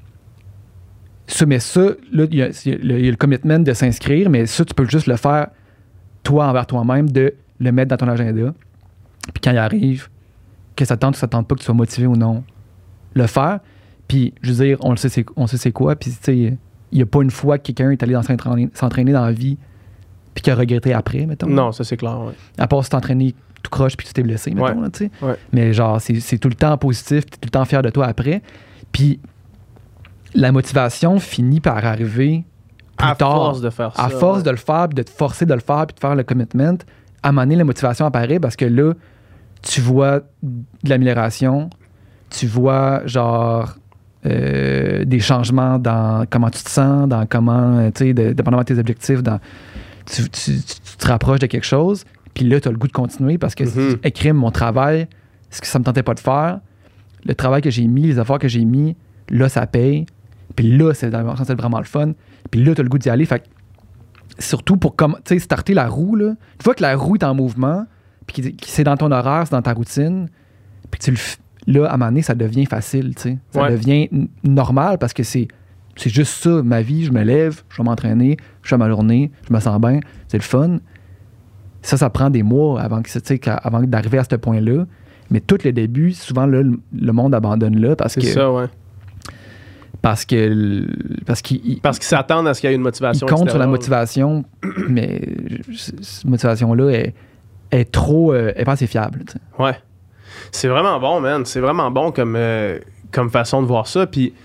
ça, mais ça, là, il y, a il y a le commitment de s'inscrire, mais ça, tu peux juste le faire, toi, envers toi-même, de le mettre dans ton agenda. Puis quand il arrive, que ça tente ou ça tente pas, que tu sois motivé ou non, le faire. Puis, je veux dire, on le sait, c'est, on sait c'est quoi. Puis, tu sais, il n'y a pas une fois que quelqu'un est allé dans s'entraîner, s'entraîner dans la vie puis qu'il a regretté après, mettons. Non, ça c'est clair, ouais. À part si t'entraîner tout croche puis tu t'es blessé, mettons, Ouais. là, tu sais. Ouais. Mais genre, c'est, c'est tout le temps positif, t'es tout le temps fier de toi après. Puis, la motivation finit par arriver plus À tard. force de faire ça. À force ouais. de le faire, puis de te forcer de le faire, puis de faire le commitment, à un moment donné, la motivation apparaît parce que là, tu vois de l'amélioration, tu vois, genre, euh, des changements dans comment tu te sens, dans comment, euh, tu sais, de- dépendamment de tes objectifs, dans, tu, tu- tu- tu te rapproches de quelque chose, puis là, tu as le goût de continuer parce que Mhm. si écrime mon travail, ce que ça me tentait pas de faire, le travail que j'ai mis, les efforts que j'ai mis, là, ça paye, puis là, c'est, c'est vraiment le fun, puis là, tu as le goût d'y aller, fait que surtout pour comme, tu sais, starter la roue, là, une fois que la roue est en mouvement, puis que c'est dans ton horaire, c'est dans ta routine, puis que tu le f- là, à un moment donné, ça devient facile, tu sais. Ça Ouais. devient n- normal parce que c'est, c'est juste ça, ma vie, je me lève, je vais m'entraîner, je fais ma journée, je me sens bien, c'est le fun. Ça, ça prend des mois avant, que, tu sais, qu'à- avant d'arriver à ce point-là. Mais tout le début, souvent, là, le, le monde abandonne là parce C'est que... ça, ouais. Parce que... le- Parce qu'il... Parce qu'ils s'attendent à ce qu'il y ait une motivation. Il compte sur la extérieure. motivation, mais c- cette motivation-là est, est trop... euh, est pas assez fiable. Tu sais. Ouais. C'est vraiment bon, man. C'est vraiment bon comme, euh, comme façon de voir ça. Puis,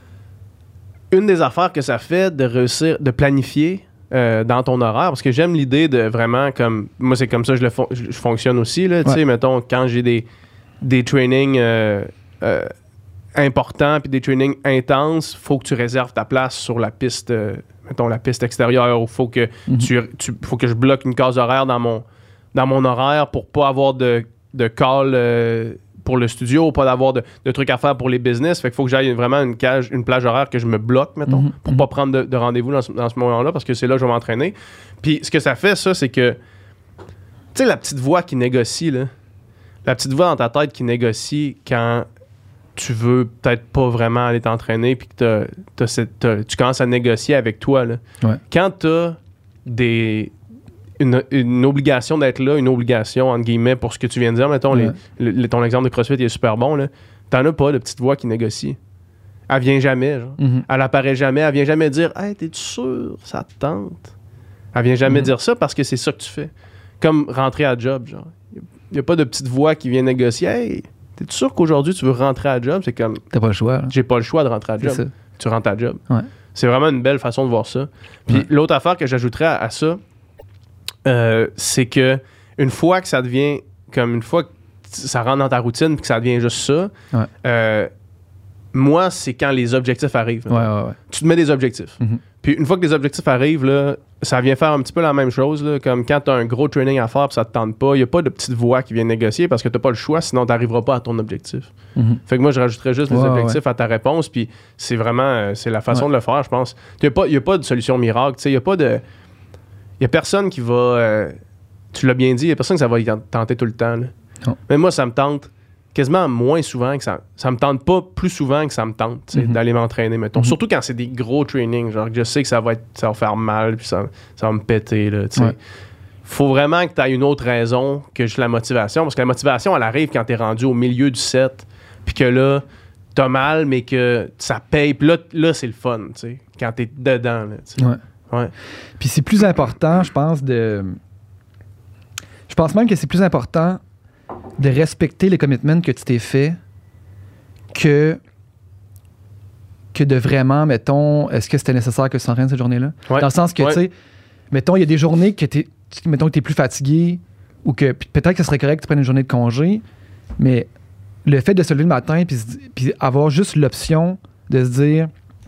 une des affaires que ça fait de réussir, de planifier euh, dans ton horaire, parce que j'aime l'idée de vraiment comme. Moi, c'est comme ça que je, le fon- je, je fonctionne aussi. Là, tu Ouais. sais, mettons, quand j'ai des, des trainings euh, euh, importants puis des trainings intenses, faut que tu réserves ta place sur la piste, euh, mettons, la piste extérieure, ou faut que Mhm. tu, tu- faut que je bloque une case horaire dans mon, dans mon horaire pour pas avoir de, de call euh, pour le studio, pas d'avoir de, de trucs à faire pour les business. Fait qu'il faut que j'aille vraiment une cage, une plage horaire que je me bloque, mettons, Mhm. pour pas prendre de, de rendez-vous dans ce, dans ce moment-là, parce que c'est là que je vais m'entraîner. Puis ce que ça fait, ça, c'est que, tu sais, la petite voix qui négocie, là, la petite voix dans ta tête qui négocie quand tu veux peut-être pas vraiment aller t'entraîner puis que t'as, t'as cette, t'as, tu commences à négocier avec toi. Là. Ouais. Quand tu as des, une, une obligation d'être là, une obligation, entre guillemets, pour ce que tu viens de dire, mettons, ouais. les, les, ton exemple de CrossFit il est super bon, là. T'en as pas de petite voix qui négocie. Elle vient jamais, genre. Mm-hmm. Elle apparaît jamais. Elle vient jamais dire « Hey, t'es-tu sûr? Ça te tente? » Elle vient jamais mm-hmm. dire ça parce que c'est ça que tu fais. Comme rentrer à job, genre. Il n'y a pas de petite voix qui vient négocier « Hey, t'es-tu sûr qu'aujourd'hui tu veux rentrer à job? » C'est comme... T'as pas le choix. Là. J'ai pas le choix de rentrer à job. C'est ça. Tu rentres à job. Ouais. C'est vraiment une belle façon de voir ça. Puis ouais. l'autre affaire que j'ajouterais à, à ça, euh, c'est que une fois que ça devient... Comme une fois que ça rentre dans ta routine puis que ça devient juste ça, ouais. euh, moi, c'est quand les objectifs arrivent. Ouais, ouais, ouais. Tu te mets des objectifs. Mm-hmm. Puis une fois que les objectifs arrivent, là, ça vient faire un petit peu la même chose. Là, comme quand tu as un gros training à faire et ça te tente pas, il n'y a pas de petite voix qui vient négocier parce que tu n'as pas le choix, sinon tu n'arriveras pas à ton objectif. Mm-hmm. Fait que moi, je rajouterais juste les ouais, objectifs ouais. à ta réponse. Puis c'est vraiment euh, c'est la façon ouais. de le faire, je pense. Il n'y a, a pas de solution miracle. Il n'y a pas de. Il n'y a personne qui va. Euh, tu l'as bien dit, il n'y a personne que ça va y tenter tout le temps. Là. Oh. Mais moi, ça me tente quasiment moins souvent que ça. Ça me tente pas plus souvent que ça me tente mm-hmm. d'aller m'entraîner, mettons. Mm-hmm. Surtout quand c'est des gros trainings. Genre que je sais que ça va être, ça va faire mal, puis ça, ça va me péter. Là, ouais. Faut vraiment que tu aies une autre raison que juste la motivation. Parce que la motivation, elle arrive quand tu es rendu au milieu du set, puis que là, t'as mal, mais que ça paye. Puis là, là c'est le fun, tu sais, quand t'es dedans. Là, ouais. Ouais. Puis c'est plus important, je pense, de. Je pense même que c'est plus important de respecter les commitments que tu t'es fait que, que de vraiment, mettons, est-ce que c'était nécessaire que tu t'entraînes cette journée-là? Ouais. Dans le sens que, ouais. tu sais, mettons, il y a des journées que tu mettons que tu es plus fatigué ou que peut-être que ce serait correct que tu prennes une journée de congé, mais le fait de se lever le matin puis avoir juste l'option de se dire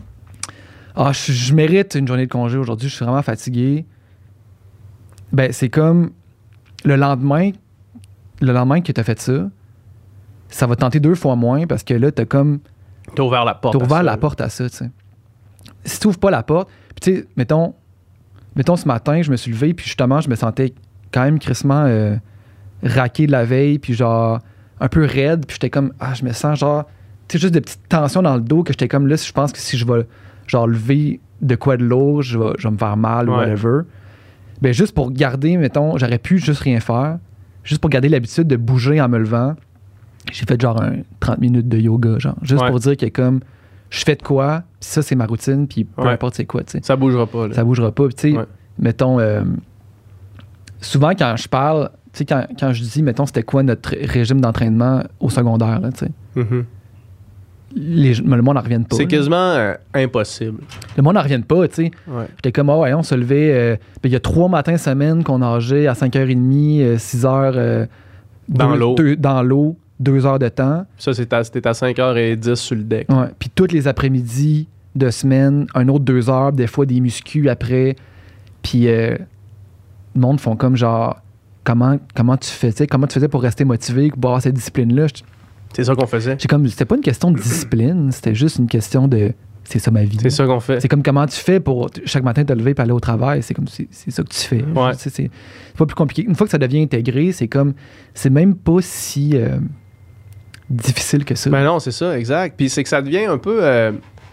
« Ah, je, je mérite une journée de congé aujourd'hui, je suis vraiment fatigué. » Ben, c'est comme le lendemain, le lendemain que tu as fait ça, ça va te tenter deux fois moins parce que là, tu as comme. Tu as ouvert la porte. Tu as ouvert la porte à ça, tu sais. Si tu n'ouvres pas la porte, puis tu sais, mettons, mettons, ce matin, je me suis levé, puis justement, je me sentais quand même crissement euh, raqué de la veille, puis genre, un peu raide, puis j'étais comme, ah, je me sens genre, tu sais, juste des petites tensions dans le dos que j'étais comme là, je pense que si je vais, genre, lever de quoi de lourd, je vais, je vais me faire mal ou ouais. whatever. Ben, juste pour garder, mettons, j'aurais pu juste rien faire. Juste pour garder l'habitude de bouger en me levant, j'ai fait genre un trente minutes de yoga, genre. Juste ouais. pour dire que comme, je fais de quoi, puis ça, c'est ma routine, puis peu ouais. importe c'est quoi, tu sais. Ça bougera pas, là. Ça bougera pas. Puis tu sais, ouais. mettons, euh, souvent quand je parle, tu sais, quand, quand je dis, mettons, c'était quoi notre régime d'entraînement au secondaire, là, tu sais. Mm-hmm. Les, le monde n'en revient pas. C'est là. Quasiment euh, impossible. Le monde n'en revient pas, tu sais. Ouais. J'étais comme, oh, ouais, on se levait. Euh, il y a trois matins semaine qu'on nageait à cinq heures trente, six heures. Euh, dans deux, l'eau. Deux, dans l'eau, deux heures de temps. Ça, c'était à, c'était à cinq heures dix sur le deck. Ouais. Puis tous les après-midi de semaine, un autre deux heures, des fois des muscus après. Puis euh, le monde font comme genre, comment, comment tu faisais, comment tu faisais pour rester motivé, pour avoir cette discipline-là? Je, C'est ça qu'on faisait. C'est comme, c'était pas une question de discipline, c'était juste une question de c'est ça ma vie. C'est ça qu'on fait. C'est comme comment tu fais pour chaque matin te lever et aller au travail. C'est comme c'est, c'est ça que tu fais. Ouais. C'est, c'est, c'est pas plus compliqué. Une fois que ça devient intégré, c'est comme c'est même pas si euh, difficile que ça. Ben non, c'est ça, exact. Puis c'est que ça devient un peu euh,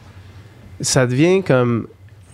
ça devient comme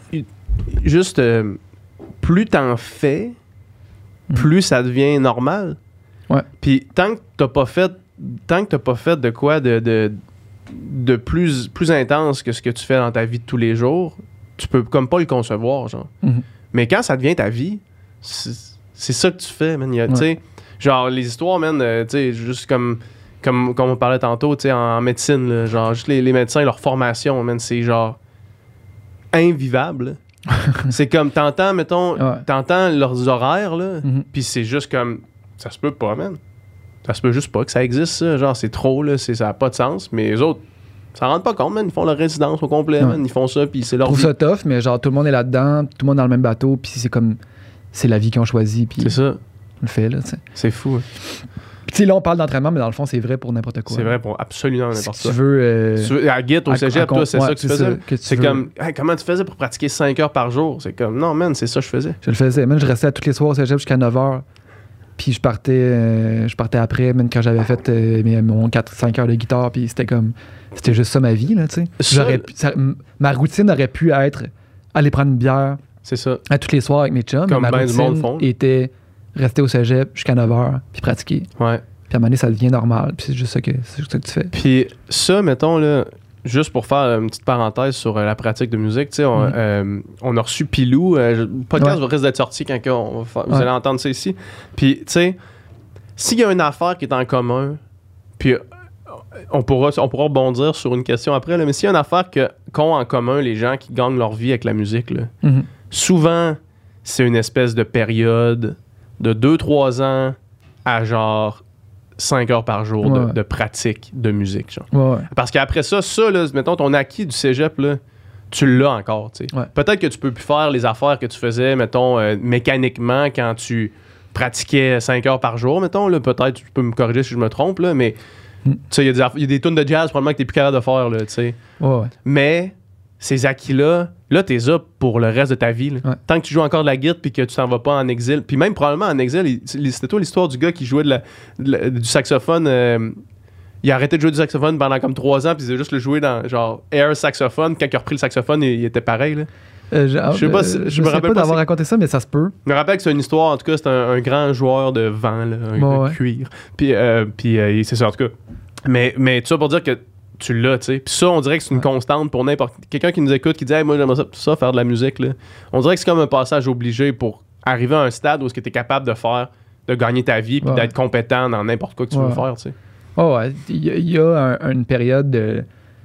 juste euh, plus t'en fais, mm. plus ça devient normal. Ouais. Puis tant que t'as pas fait tant que t'as pas fait de quoi de, de, de plus, plus intense que ce que tu fais dans ta vie de tous les jours, tu peux comme pas le concevoir, genre. Mm-hmm. Mais quand ça devient ta vie, c'est, c'est ça que tu fais, man. Ouais. Tu sais, genre, les histoires, man, euh, tu sais, juste comme, comme, comme on parlait tantôt, tu sais, en, en médecine, là, genre, juste les, les médecins, leur formation, man, c'est genre invivable. C'est comme, t'entends, mettons, ouais. t'entends leurs horaires, là, mm-hmm. puis c'est juste comme, ça se peut pas, man. Ça se peut juste pas que ça existe, ça. Genre, c'est trop, là, c'est, ça n'a pas de sens. Mais les autres, ça ne rend pas compte, man. Ils font leur résidence au complet, ouais. man. Ils font ça, puis c'est leur vie. Je trouve ça tough, mais genre, tout le monde est là-dedans, tout le monde est dans le même bateau, puis c'est comme, c'est la vie qu'ils ont choisie, puis c'est ça. On le fait, là, tu sais. C'est fou. Hein. Tu sais, là, on parle d'entraînement, mais dans le fond, c'est vrai pour n'importe quoi. C'est vrai pour absolument n'importe si quoi. Tu veux, euh, si tu veux. À Git, au cégep, toi, c'est ouais, ça que tu c'est faisais? Ça, que tu c'est veux. Comme, hey, comment tu faisais pour pratiquer cinq heures par jour? C'est comme, non, man, c'est ça que je faisais. Je le faisais. Man, je restais à tous les soirs au cégep jusqu'à neuf heures. Puis je partais, euh, je partais après, même quand j'avais fait euh, mes, mon quatre cinq heures de guitare, puis c'était comme, c'était juste ça ma vie, là, tu sais. J'aurais pu- ça- m- Ma routine aurait pu être aller prendre une bière C'est ça. à tous les soirs avec mes chums, Comme mais ma ben du monde routine font. était rester au cégep jusqu'à neuf heures, puis pratiquer. Ouais. Puis à un moment donné, ça devient normal, puis c'est juste ça que, c'est juste ça que tu fais. Puis ça, mettons, là, juste pour faire une petite parenthèse sur euh, la pratique de musique, tu sais, on, Mhm. euh, on a reçu Pilou. euh, je- le podcast Ouais. risque d'être sorti quand on va faire- vous Ouais. allez entendre ça ici. Puis, tu sais, s'il y a une affaire qui est en commun, puis euh, on pourra, on pourra rebondir sur une question après, là, mais s'il y a une affaire que, qu'ont en commun les gens qui gagnent leur vie avec la musique, là, Mhm. souvent, c'est une espèce de période de deux trois ans à genre cinq heures par jour de, Ouais. de pratique de musique. Genre. Ouais, ouais. Parce qu'après ça, ça, là, mettons, ton acquis du cégep, là, tu l'as encore. tu sais. Ouais. Peut-être que tu peux plus faire les affaires que tu faisais, mettons, euh, mécaniquement quand tu pratiquais cinq heures par jour, mettons. Là, peut-être, tu peux me corriger si je me trompe, là, mais Mm. tu sais, il y a des aff- il y a des tunes de jazz probablement que tu n'es plus capable de faire. Là, tu sais. Ouais, ouais. Mais ces acquis-là, là, t'es là pour le reste de ta vie. là. Ouais. Tant que tu joues encore de la guitare puis que tu t'en vas pas en exil. Puis même probablement en exil, il- c'était toi l'histoire du gars qui jouait de la- de la- du saxophone. euh, il a arrêté de jouer du saxophone pendant comme trois ans puis il faisait juste le jouer dans genre air saxophone. Quand il a repris le saxophone, il, il était pareil. Là. Euh, je, Je sais pas si- euh, je je me me rappelle rappelle pas pas d'avoir c'est- raconté ça, mais ça se peut. Je me rappelle que c'est une histoire, en tout cas, c'est un, un grand joueur de vent, là, un, Bon, un ouais. cuir. Puis, euh, puis euh, c'est ça, en tout cas. Mais, mais tout ça pour dire que tu l'as, tu sais. Puis ça, on dirait que c'est une Ouais. constante pour n'importe... Quelqu'un qui nous écoute, qui dit hey, « moi, j'aimerais ça, ça, faire de la musique. » là. On dirait que c'est comme un passage obligé pour arriver à un stade où tu es capable de faire, de gagner ta vie puis Ouais. d'être compétent dans n'importe quoi que tu veux Ouais. faire, tu sais. Oh, ouais. Il y a, il y a un- une période de,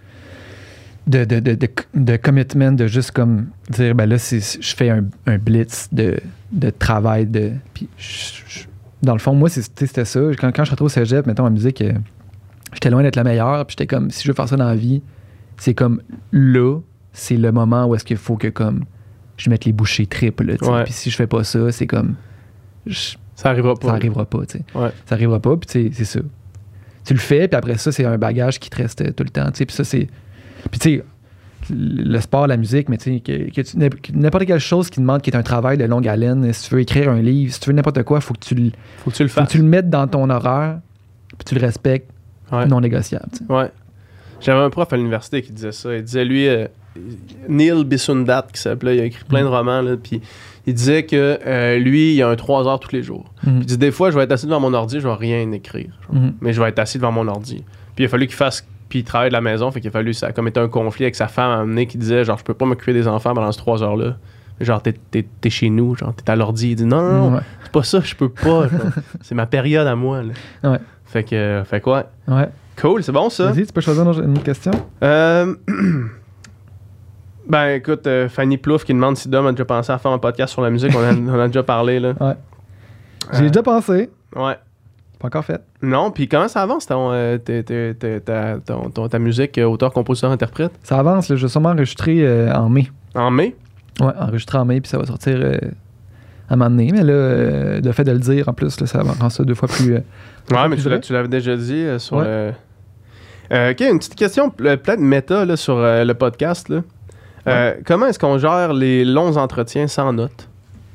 de, de, de, de, de commitment, de juste comme dire, ben là, c'est, je fais un, un blitz de, de travail. De, puis je- je- dans le fond, moi, c'est- c'était ça. Quand, quand je suis rentré au cégep, mettons, en musique, euh, j'étais loin d'être la meilleure. Puis j'étais comme, si je veux faire ça dans la vie, c'est comme là, c'est le moment où est-ce qu'il faut que comme je mette les bouchées triples. là, tu sais. Ouais. Puis si je fais pas ça, c'est comme... je- Ça arrivera pas. ça là. arrivera pas, tu sais. Ouais. Ça arrivera pas, puis tu sais, c'est ça. Tu le fais, puis après ça, c'est un bagage qui te reste euh, tout le temps, tu sais, puis ça, c'est... Puis tu sais, le sport, la musique, mais tu sais, que, que tu- que n'importe quelle chose qui demande, qui est un travail de longue haleine, si tu veux écrire un livre, si tu veux n'importe quoi, il faut que tu le, Faut que tu le faut que fasses. tu le mettes dans ton horaire, puis tu le respectes, Ouais. non négociable, tu sais. Ouais. J'avais un prof à l'université qui disait ça. Il disait, lui, euh, Neil Bissundat, qui s'appelait, il a écrit plein de romans, là, puis il disait que euh, lui, il a un trois heures tous les jours. Mhm. Il dit, des fois, je vais être assis devant mon ordi, je vais rien écrire. genre. Mhm. Mais je vais être assis devant mon ordi. Puis il a fallu qu'il fasse, puis il travaille de la maison, fait qu'il a fallu, ça a comme été un conflit avec sa femme à amener qui disait, genre, je peux pas m'occuper des enfants pendant ces trois heures-là. Genre, t'es, t'es, t'es chez nous, genre, t'es à l'ordi. Il dit, non, non, non, Ouais. c'est pas ça, je peux pas. genre. C'est ma période à moi, là. Ouais. Fait que, euh, fait quoi? Ouais. Cool, c'est bon, ça? Vas-y, tu peux choisir une autre- une autre question? Euh, ben écoute, euh, Fanny Plouffe qui demande si Dom a déjà pensé à faire un podcast sur la musique. On, a, on a déjà parlé là. Ouais. J'ai Euh, déjà pensé, Ouais. pas encore fait. Non, puis comment ça avance ton, euh, tes- tes- tes- ta, ton- ton- ta musique, euh, auteur, compositeur, interprète? Ça avance, là, je vais sûrement enregistrer euh, en mai. En mai? Ouais, enregistré en mai, puis ça va sortir euh, à un moment donné. Mais là, euh, le fait de le dire, en plus, là, ça rend ça deux fois plus... euh, deux Ouais, fois mais plus tu, l'as- vrai. tu l'avais déjà dit euh, sur Ouais. le... Euh, ok, une petite question euh, peut-être méta là, sur euh, le podcast. Là. Euh, Comment est-ce qu'on gère les longs entretiens sans notes?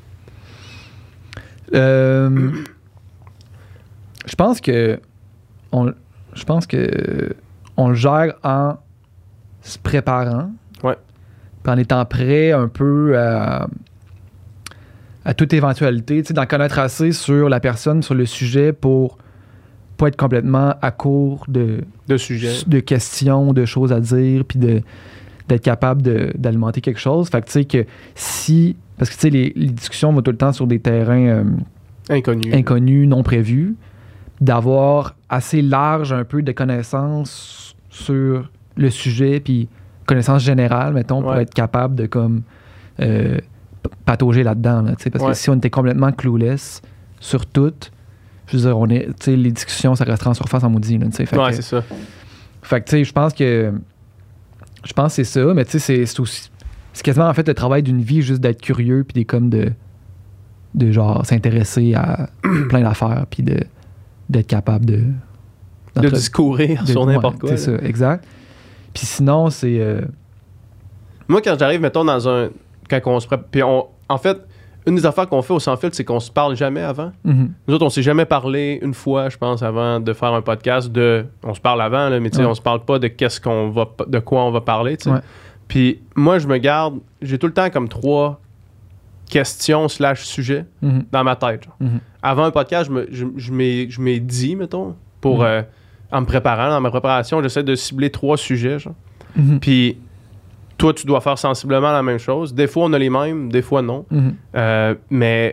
Euh, je pense que... On, je pense que on le gère en se préparant. Ouais. Puis en étant prêt un peu à, à toute éventualité, tu sais, d'en connaître assez sur la personne, sur le sujet pour pas être complètement à court de, De sujet. de questions, de choses à dire, puis de, d'être capable de, d'alimenter quelque chose. Fait que tu sais que si... Parce que tu sais, les, les discussions vont tout le temps sur des terrains euh, Inconnu. inconnus, non prévus, d'avoir assez large un peu de connaissances sur le sujet, puis connaissances générales, mettons, pour Ouais. être capable de comme euh, p- patauger là-dedans. Là, tu sais, parce Ouais. que si on était complètement clueless sur tout, je veux dire, on est, tu sais, les discussions, ça restera en surface en maudit. Là, tu sais. Fait Ouais, que- c'est ça. fait que, tu sais, je pense que. Je pense que c'est ça, mais tu sais, c'est, c'est aussi. C'est quasiment, en fait, le travail d'une vie, juste d'être curieux, puis des comme de. De genre s'intéresser à plein d'affaires, puis de, d'être capable de. De d'entre- discourir de- sur ouais, n'importe quoi. C'est là. ça, exact. Puis sinon, c'est. euh, Moi, quand j'arrive, mettons, dans un. Quand on se prépare. Puis on. En fait, une des affaires qu'on fait au Sans Filtre, c'est qu'on se parle jamais avant. Mm-hmm. Nous autres, on s'est jamais parlé une fois, je pense, avant de faire un podcast. De, on se parle avant, là, mais ouais. on se parle pas de qu'est-ce qu'on va, de quoi on va parler. Ouais. Puis moi, je me garde, j'ai tout le temps comme trois questions slash sujets mm-hmm. dans ma tête. Mm-hmm. Avant un podcast, je, me, je, je, m'ai, je m'ai dit, mettons, pour, mm-hmm. euh, en me préparant, dans ma préparation, j'essaie de cibler trois sujets. Mm-hmm. Puis toi, tu dois faire sensiblement la même chose. Des fois, on a les mêmes, des fois, non. Mm-hmm. Euh, mais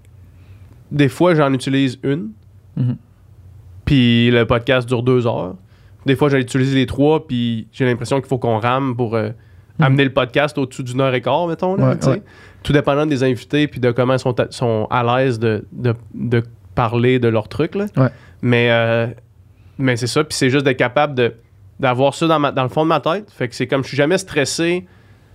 des fois, j'en utilise une. Mm-hmm. Puis le podcast dure deux heures. Des fois, j'en utilise les trois, puis j'ai l'impression qu'il faut qu'on rame pour euh, mm-hmm. amener le podcast au-dessus d'une heure et quart, mettons. Là, ouais, ouais. Tout dépendant des invités, puis de comment ils sont, à, sont à l'aise de, de, de parler de leur truc. Là. Ouais. Mais, euh, mais c'est ça, puis c'est juste d'être capable de d'avoir ça dans, ma, dans le fond de ma tête. Fait que c'est comme je suis jamais stressé.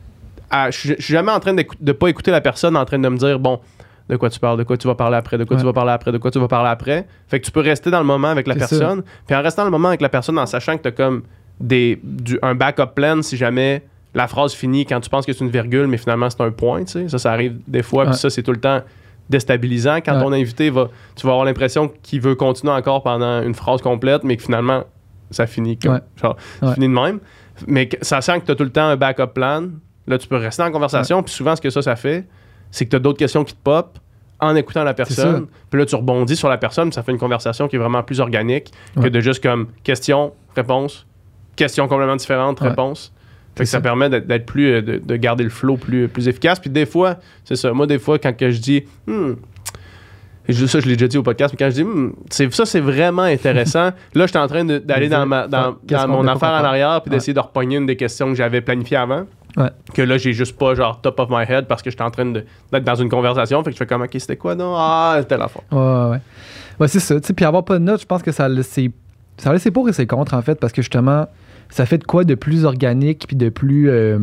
À, je, suis, je suis jamais en train de ne pas écouter la personne en train de me dire bon, de quoi tu parles, de quoi tu vas parler après, de quoi ouais. tu vas parler après, de quoi tu vas parler après. Fait que tu peux rester dans le moment avec la c'est personne. Ça. Puis en restant dans le moment avec la personne, en sachant que tu as comme des, du, un backup plan si jamais la phrase finit quand tu penses que c'est une virgule, mais finalement c'est un point. Tu sais. Ça, ça arrive des fois. Ouais. Puis ça, c'est tout le temps déstabilisant. Quand ouais. ton invité va, tu vas avoir l'impression qu'il veut continuer encore pendant une phrase complète, mais que finalement, ça finit comme, ouais. genre, ouais. finit de même. Mais ça sent que tu as tout le temps un backup plan. Là, tu peux rester en conversation. Ouais. Puis souvent, ce que ça, ça fait, c'est que tu as d'autres questions qui te pop en écoutant la personne. Puis là, tu rebondis sur la personne. Puis ça fait une conversation qui est vraiment plus organique ouais. que de juste comme question, réponse, question complètement différente, ouais. réponse. Fait que ça, ça permet d'être, d'être plus, de, de garder le flow plus, plus efficace. Puis des fois, c'est ça. Moi, des fois, quand que je dis, hmm, ça, je l'ai déjà dit au podcast, mais quand je dis, hm, c'est, ça, c'est vraiment intéressant. Là, je suis en train de, d'aller dans, ma, dans, dans mon affaire en arrière puis ouais. d'essayer de repogner une des questions que j'avais planifiées avant. Ouais. Que là, j'ai juste pas, genre, top of my head parce que j'étais en train de, d'être dans une conversation. Fait que je fais comme, OK, c'était quoi, non? Ah, c'était la fois. Ouais, ouais, ouais. Ouais, c'est ça. Puis avoir pas de notes, je pense que ça c'est, ça laisse pour et c'est contre, en fait, parce que justement, ça fait de quoi de plus organique puis de plus. Euh,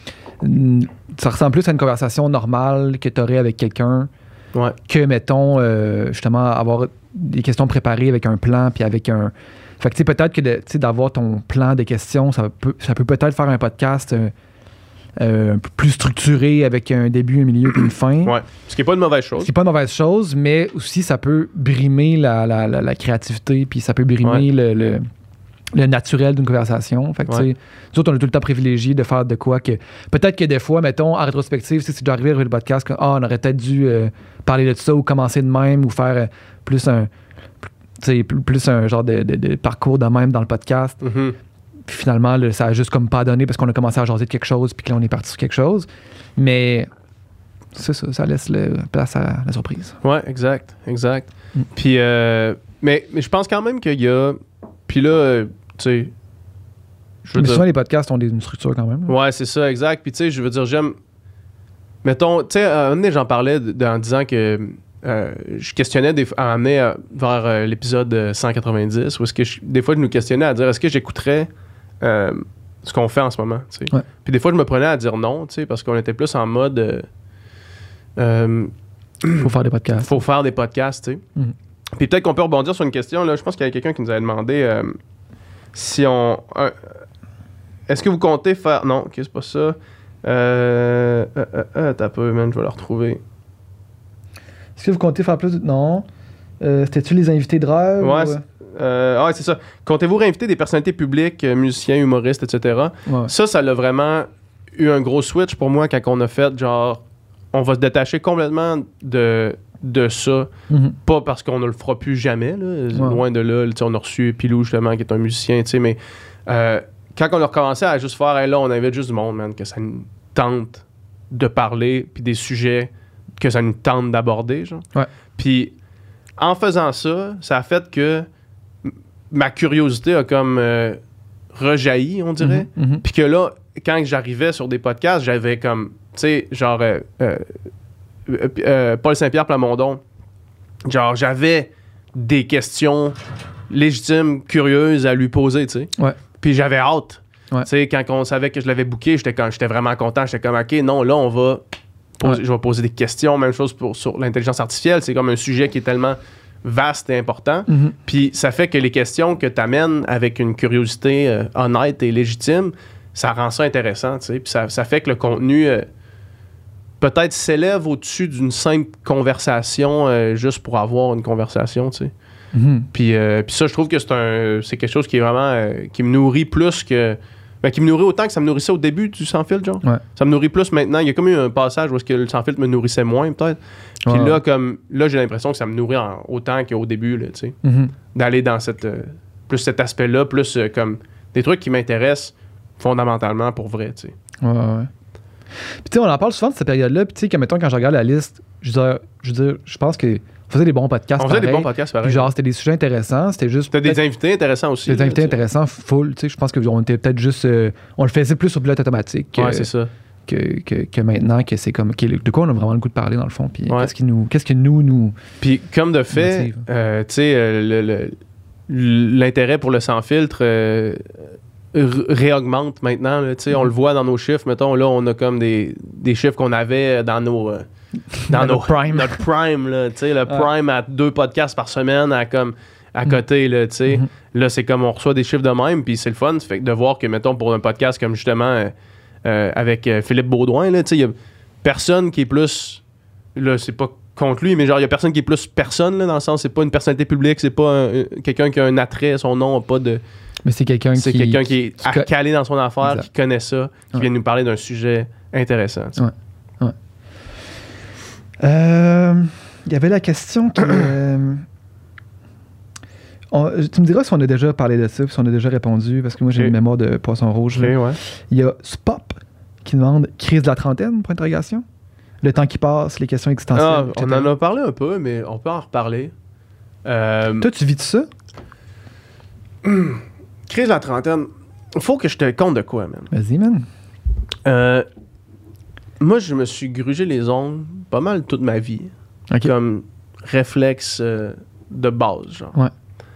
ça ressemble plus à une conversation normale que tu aurais avec quelqu'un. Ouais. Que, mettons, euh, justement, avoir des questions préparées avec un plan, puis avec un... Fait que, tu sais, peut-être que de, d'avoir ton plan de questions, ça peut, ça peut peut-être faire un podcast euh, euh, un peu plus structuré, avec un début, un milieu, puis une fin. Ouais. Ce qui n'est pas une mauvaise chose. Ce qui n'est pas une mauvaise chose, mais aussi, ça peut brimer la, la, la, la créativité, puis ça peut brimer ouais. le... le le naturel d'une conversation. Fait que, ouais. tu sais, nous autres, on est tout le temps privilégiés de faire de quoi que... Peut-être que des fois, mettons, en rétrospective, si c'est déjà arrivé avec le podcast, que, ah, on aurait peut-être dû euh, parler de ça ou commencer de même ou faire euh, plus un... Tu sais, plus un genre de, de, de parcours de même dans le podcast. Mm-hmm. Puis finalement, là, ça a juste comme pas donné parce qu'on a commencé à jaser de quelque chose puis que là, on est parti sur quelque chose. Mais c'est ça, ça laisse le, place à la surprise. Ouais, exact, exact. Mm. Puis, euh, mais, mais je pense quand même qu'il y a... Puis là... Euh, tu sais, je veux mais dire... souvent les podcasts ont des, une structure quand même. Là. Ouais, c'est ça, exact. Puis tu sais, je veux dire, j'aime... Mettons, tu sais, à un moment donné, j'en parlais de, en disant que euh, je questionnais des, à amener euh, vers euh, l'épisode cent quatre-vingt-dix, où est-ce que je, des fois, je nous questionnais à dire, est-ce que j'écouterais euh, ce qu'on fait en ce moment, tu sais. Ouais. Puis des fois, je me prenais à dire non, tu sais, parce qu'on était plus en mode... Euh, euh, faut faire des podcasts. Faut faire des podcasts, tu sais. Mm-hmm. Puis peut-être qu'on peut rebondir sur une question, là. Je pense qu'il y avait quelqu'un qui nous avait demandé... Euh, Si on... Euh, est-ce que vous comptez faire... Non, ok, c'est pas ça. Euh... euh, euh, euh t'as peu, man, je vais le retrouver. Est-ce que vous comptez faire plus de... Non. Euh, c'était-tu les invités de rêve? Ouais, ou... c'est, euh, ouais, c'est ça. Comptez-vous réinviter des personnalités publiques, musiciens, humoristes, et cetera. Ouais. Ça, ça l'a vraiment eu un gros switch pour moi quand on a fait, genre... On va se détacher complètement de... de ça, mm-hmm. pas parce qu'on ne le fera plus jamais, là, ouais. loin de là, on a reçu Pilou justement qui est un musicien, mais euh, quand on a recommencé à juste faire, hey, là on invite juste du monde, man, que ça nous tente de parler, puis des sujets que ça nous tente d'aborder, genre. Ouais. Puis en faisant ça, ça a fait que m- ma curiosité a comme euh, rejailli, on dirait, mm-hmm. Mm-hmm. puis que là, quand j'arrivais sur des podcasts, j'avais comme, tu sais, genre... Euh, euh, Euh, euh, Paul Saint-Pierre Plamondon, genre j'avais des questions légitimes, curieuses à lui poser, tu sais. Ouais. Puis j'avais hâte. Ouais. Tu sais, quand on savait que je l'avais booké, j'étais, quand, j'étais vraiment content. J'étais comme, OK, non, là, on va poser, ouais. je vais poser des questions. Même chose pour, sur l'intelligence artificielle. C'est comme un sujet qui est tellement vaste et important. Mm-hmm. Puis ça fait que les questions que tu amènes avec une curiosité euh, honnête et légitime, ça rend ça intéressant, tu sais. Puis ça, ça fait que le contenu... Euh, peut-être s'élève au-dessus d'une simple conversation euh, juste pour avoir une conversation, tu sais. Mm-hmm. Puis, euh, puis ça, je trouve que c'est un c'est quelque chose qui est vraiment euh, qui me nourrit plus que ben, qui me nourrit autant que ça me nourrissait au début du sans filtre, genre. Ouais. Ça me nourrit plus maintenant. Il y a comme eu un passage où est-ce que le sans filtre me nourrissait moins, peut-être. Puis Ouais. là, comme là, j'ai l'impression que ça me nourrit en- autant qu'au début, là, tu sais. Mm-hmm. D'aller dans cette euh, plus cet aspect-là, plus euh, comme des trucs qui m'intéressent fondamentalement pour vrai, tu sais. Ouais, ouais. Puis tu sais, on en parle souvent de cette période-là. Puis tu sais, que mettons, quand je regarde la liste, je veux dire, je, veux dire, je pense qu'on faisait des bons podcasts. On faisait des pareil. bons podcasts, pareil. Puis genre, c'était des sujets intéressants. C'était juste. T'as des peut-être invités intéressants aussi. des là, invités tu sais. intéressants, full. Tu sais, je pense qu'on était peut-être juste. euh, on le faisait plus au pilote automatique. que- Ouais, c'est ça. Que, que, que maintenant, que c'est comme. ok, de quoi on a vraiment le goût de parler, dans le fond. Puis Ouais. qu'est-ce qui nous. Qu'est-ce que nous, nous. Puis comme de fait, Motive. euh, tu sais, euh, le- le- l'intérêt pour le sans filtre euh, r- réaugmente maintenant. Là, tu sais, on le voit dans nos chiffres. Mettons, là, on a comme des, des chiffres qu'on avait dans nos... euh, dans Dans nos notre prime. Notre prime, là, tu sais, le prime à deux podcasts par semaine à comme... à côté, là, tu sais. Mhm. Là, c'est comme on reçoit des chiffres de même, puis c'est le fun. Ça fait que de voir que, mettons, pour un podcast comme justement euh, euh, avec euh, Philippe Baudouin, là, tu sais, il y a personne qui est plus... Là, c'est pas contre lui, mais genre, il y a personne qui est plus personne, là, dans le sens, c'est pas une personnalité publique, c'est pas un- un- quelqu'un qui a un attrait, son nom a pas de... Mais c'est quelqu'un qui. C'est quelqu'un qui est qui co- calé dans son affaire, Exact. qui connaît ça, qui Ouais. vient nous parler d'un sujet intéressant, tu sais. Ouais. Euh, Il y avait la question que. euh, on- tu me diras si on a déjà parlé de ça, si on a déjà répondu, parce que moi j'ai Ok. une mémoire de poisson rouge. là. Ok, ouais. Il y a Spop qui demande crise de la trentaine, point d'interrogation. Le temps qui passe, les questions existentielles. Ah, et on cetera. en a parlé un peu, mais on peut en reparler. Euh, Toi, tu vis de ça? Crise de la trentaine. Faut que je te compte de quoi, man. Vas-y, man. Euh, moi, je me suis grugé les ongles pas mal toute ma vie. Ok. Comme réflexe euh, de base, genre. Ouais.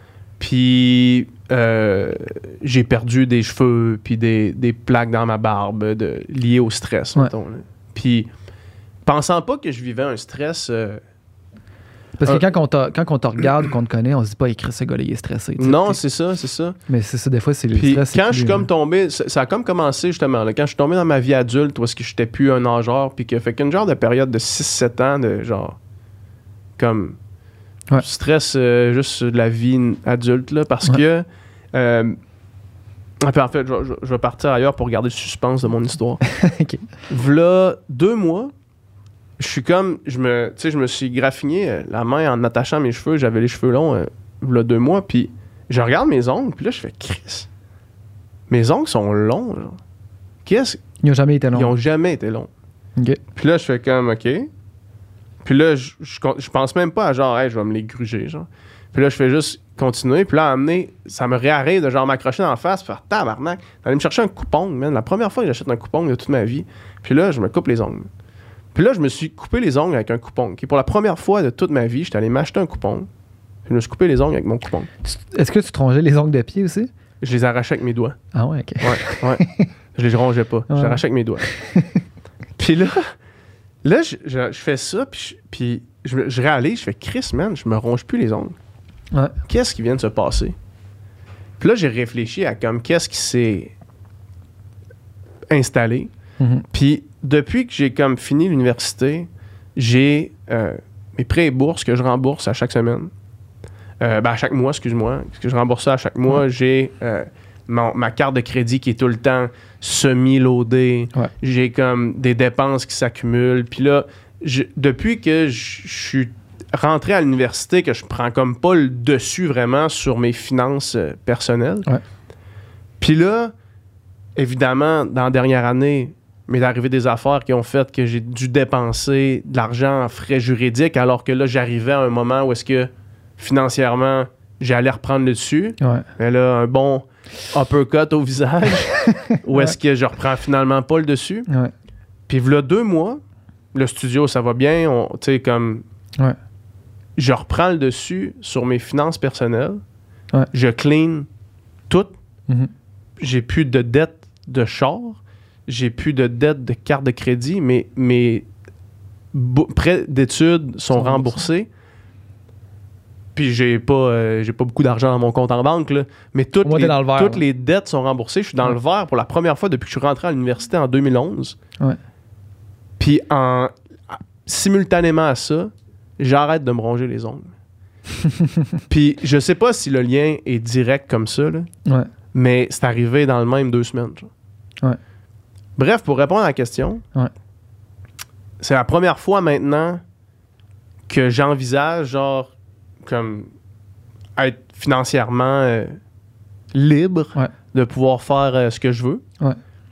Puis euh, j'ai perdu des cheveux, puis des, des plaques dans ma barbe de, liées au stress, Ouais. mettons. là. Puis pensant pas que je vivais un stress... euh, Parce que Euh, quand on, te, quand on te regarde ou qu'on te connaît, on se dit pas écrit ce gars-là, il est stressé. tu sais. non, T'es- c'est ça, c'est ça. Mais c'est ça, des fois, c'est le Puis stress. c'est quand je plus, suis comme euh, tombé, ça, ça a comme commencé justement, là, quand je suis tombé dans ma vie adulte, où est-ce que j'étais plus un nageur, puis que fait qu'une genre de période de six sept ans de genre, comme, Ouais. stress euh, juste de la vie n- adulte, là, parce Ouais. que, euh, en fait, en fait, je, vais- je vais- je vais partir ailleurs pour garder le suspense de mon histoire. Ok. V'là deux mois, je suis comme, je me, tu sais, je me suis graffiné euh, la main en attachant mes cheveux, j'avais les cheveux longs, euh, v'là deux mois, puis je regarde mes ongles, puis là, je fais, Chris, mes ongles sont longs, genre. Qu'est-ce Ils n'ont jamais été longs. Ils ont jamais été longs. Ok. Puis là, je fais comme, OK. Puis là, je, je, je pense même pas à genre, hey, je vais me les gruger, genre. Puis là, je fais juste continuer. Puis là, à amener, ça me réarrive de genre m'accrocher dans la face, faire tabarnak, d'aller me chercher un coupon, man. La première fois que j'achète un coupon de toute ma vie. Puis là, je me coupe les ongles. Puis là, je me suis coupé les ongles avec un coupon. Qui pour la première fois de toute ma vie, j'étais allé m'acheter un coupon. Puis je me suis coupé les ongles avec mon coupon. Tu- Est-ce que tu trongeais les ongles de pied aussi? Je les arrachais avec mes doigts. Ah ouais, ok. Ouais, ouais. Je les rongeais pas. Je les Ouais. arrachais avec mes doigts. Puis là, là je, je- je fais ça, puis, je, puis je, me- je réalise, je fais Chris, man, je me ronge plus les ongles. Ouais. Qu'est-ce qui vient de se passer? Puis là, j'ai réfléchi à comme qu'est-ce qui s'est installé. Mhm. Puis depuis que j'ai comme fini l'université, j'ai euh, mes prêts et bourses que je rembourse à chaque semaine. Euh, ben à chaque mois, excuse-moi. Que je rembourse ça à chaque mois. Ouais. J'ai euh, mon- ma carte de crédit qui est tout le temps semi-loadée. Ouais. J'ai comme des dépenses qui s'accumulent. Puis là, je- depuis que je je suis rentré à l'université, que je prends comme pas le dessus vraiment sur mes finances euh, personnelles. Ouais. Puis là, évidemment, dans la dernière année, m'est arrivé des affaires qui ont fait que j'ai dû dépenser de l'argent en frais juridiques, alors que là, j'arrivais à un moment où est-ce que financièrement, j'allais reprendre le dessus. Ouais. Mais là, un bon uppercut au visage, où est-ce que je reprends finalement pas le dessus. Ouais. Puis voilà deux mois, le studio, ça va bien, on- tu sais, comme... Ouais. Je reprends le dessus sur mes finances personnelles. Ouais. Je clean tout. Mhm. J'ai plus de dette de char. J'ai plus de dette de carte de crédit. Mes, mes bou- prêts d'études sont Sont remboursés. Puis j'ai pas, euh, j'ai pas beaucoup d'argent dans mon compte en banque, là. Mais toutes, Au moins, les, t'es dans le vert, toutes là. les dettes sont remboursées. Je suis dans Ouais. le vert pour la première fois depuis que je suis rentré à l'université en deux mille onze. Ouais. Puis en simultanément à ça, j'arrête de me ronger les ongles. Puis je sais pas si le lien est direct comme ça, là, Ouais. mais c'est arrivé dans le même deux semaines. Genre. Ouais. Bref, pour répondre à la question, Ouais. c'est la première fois maintenant que j'envisage, genre, comme être financièrement euh, libre Ouais. de pouvoir faire euh, ce que je veux. Ouais.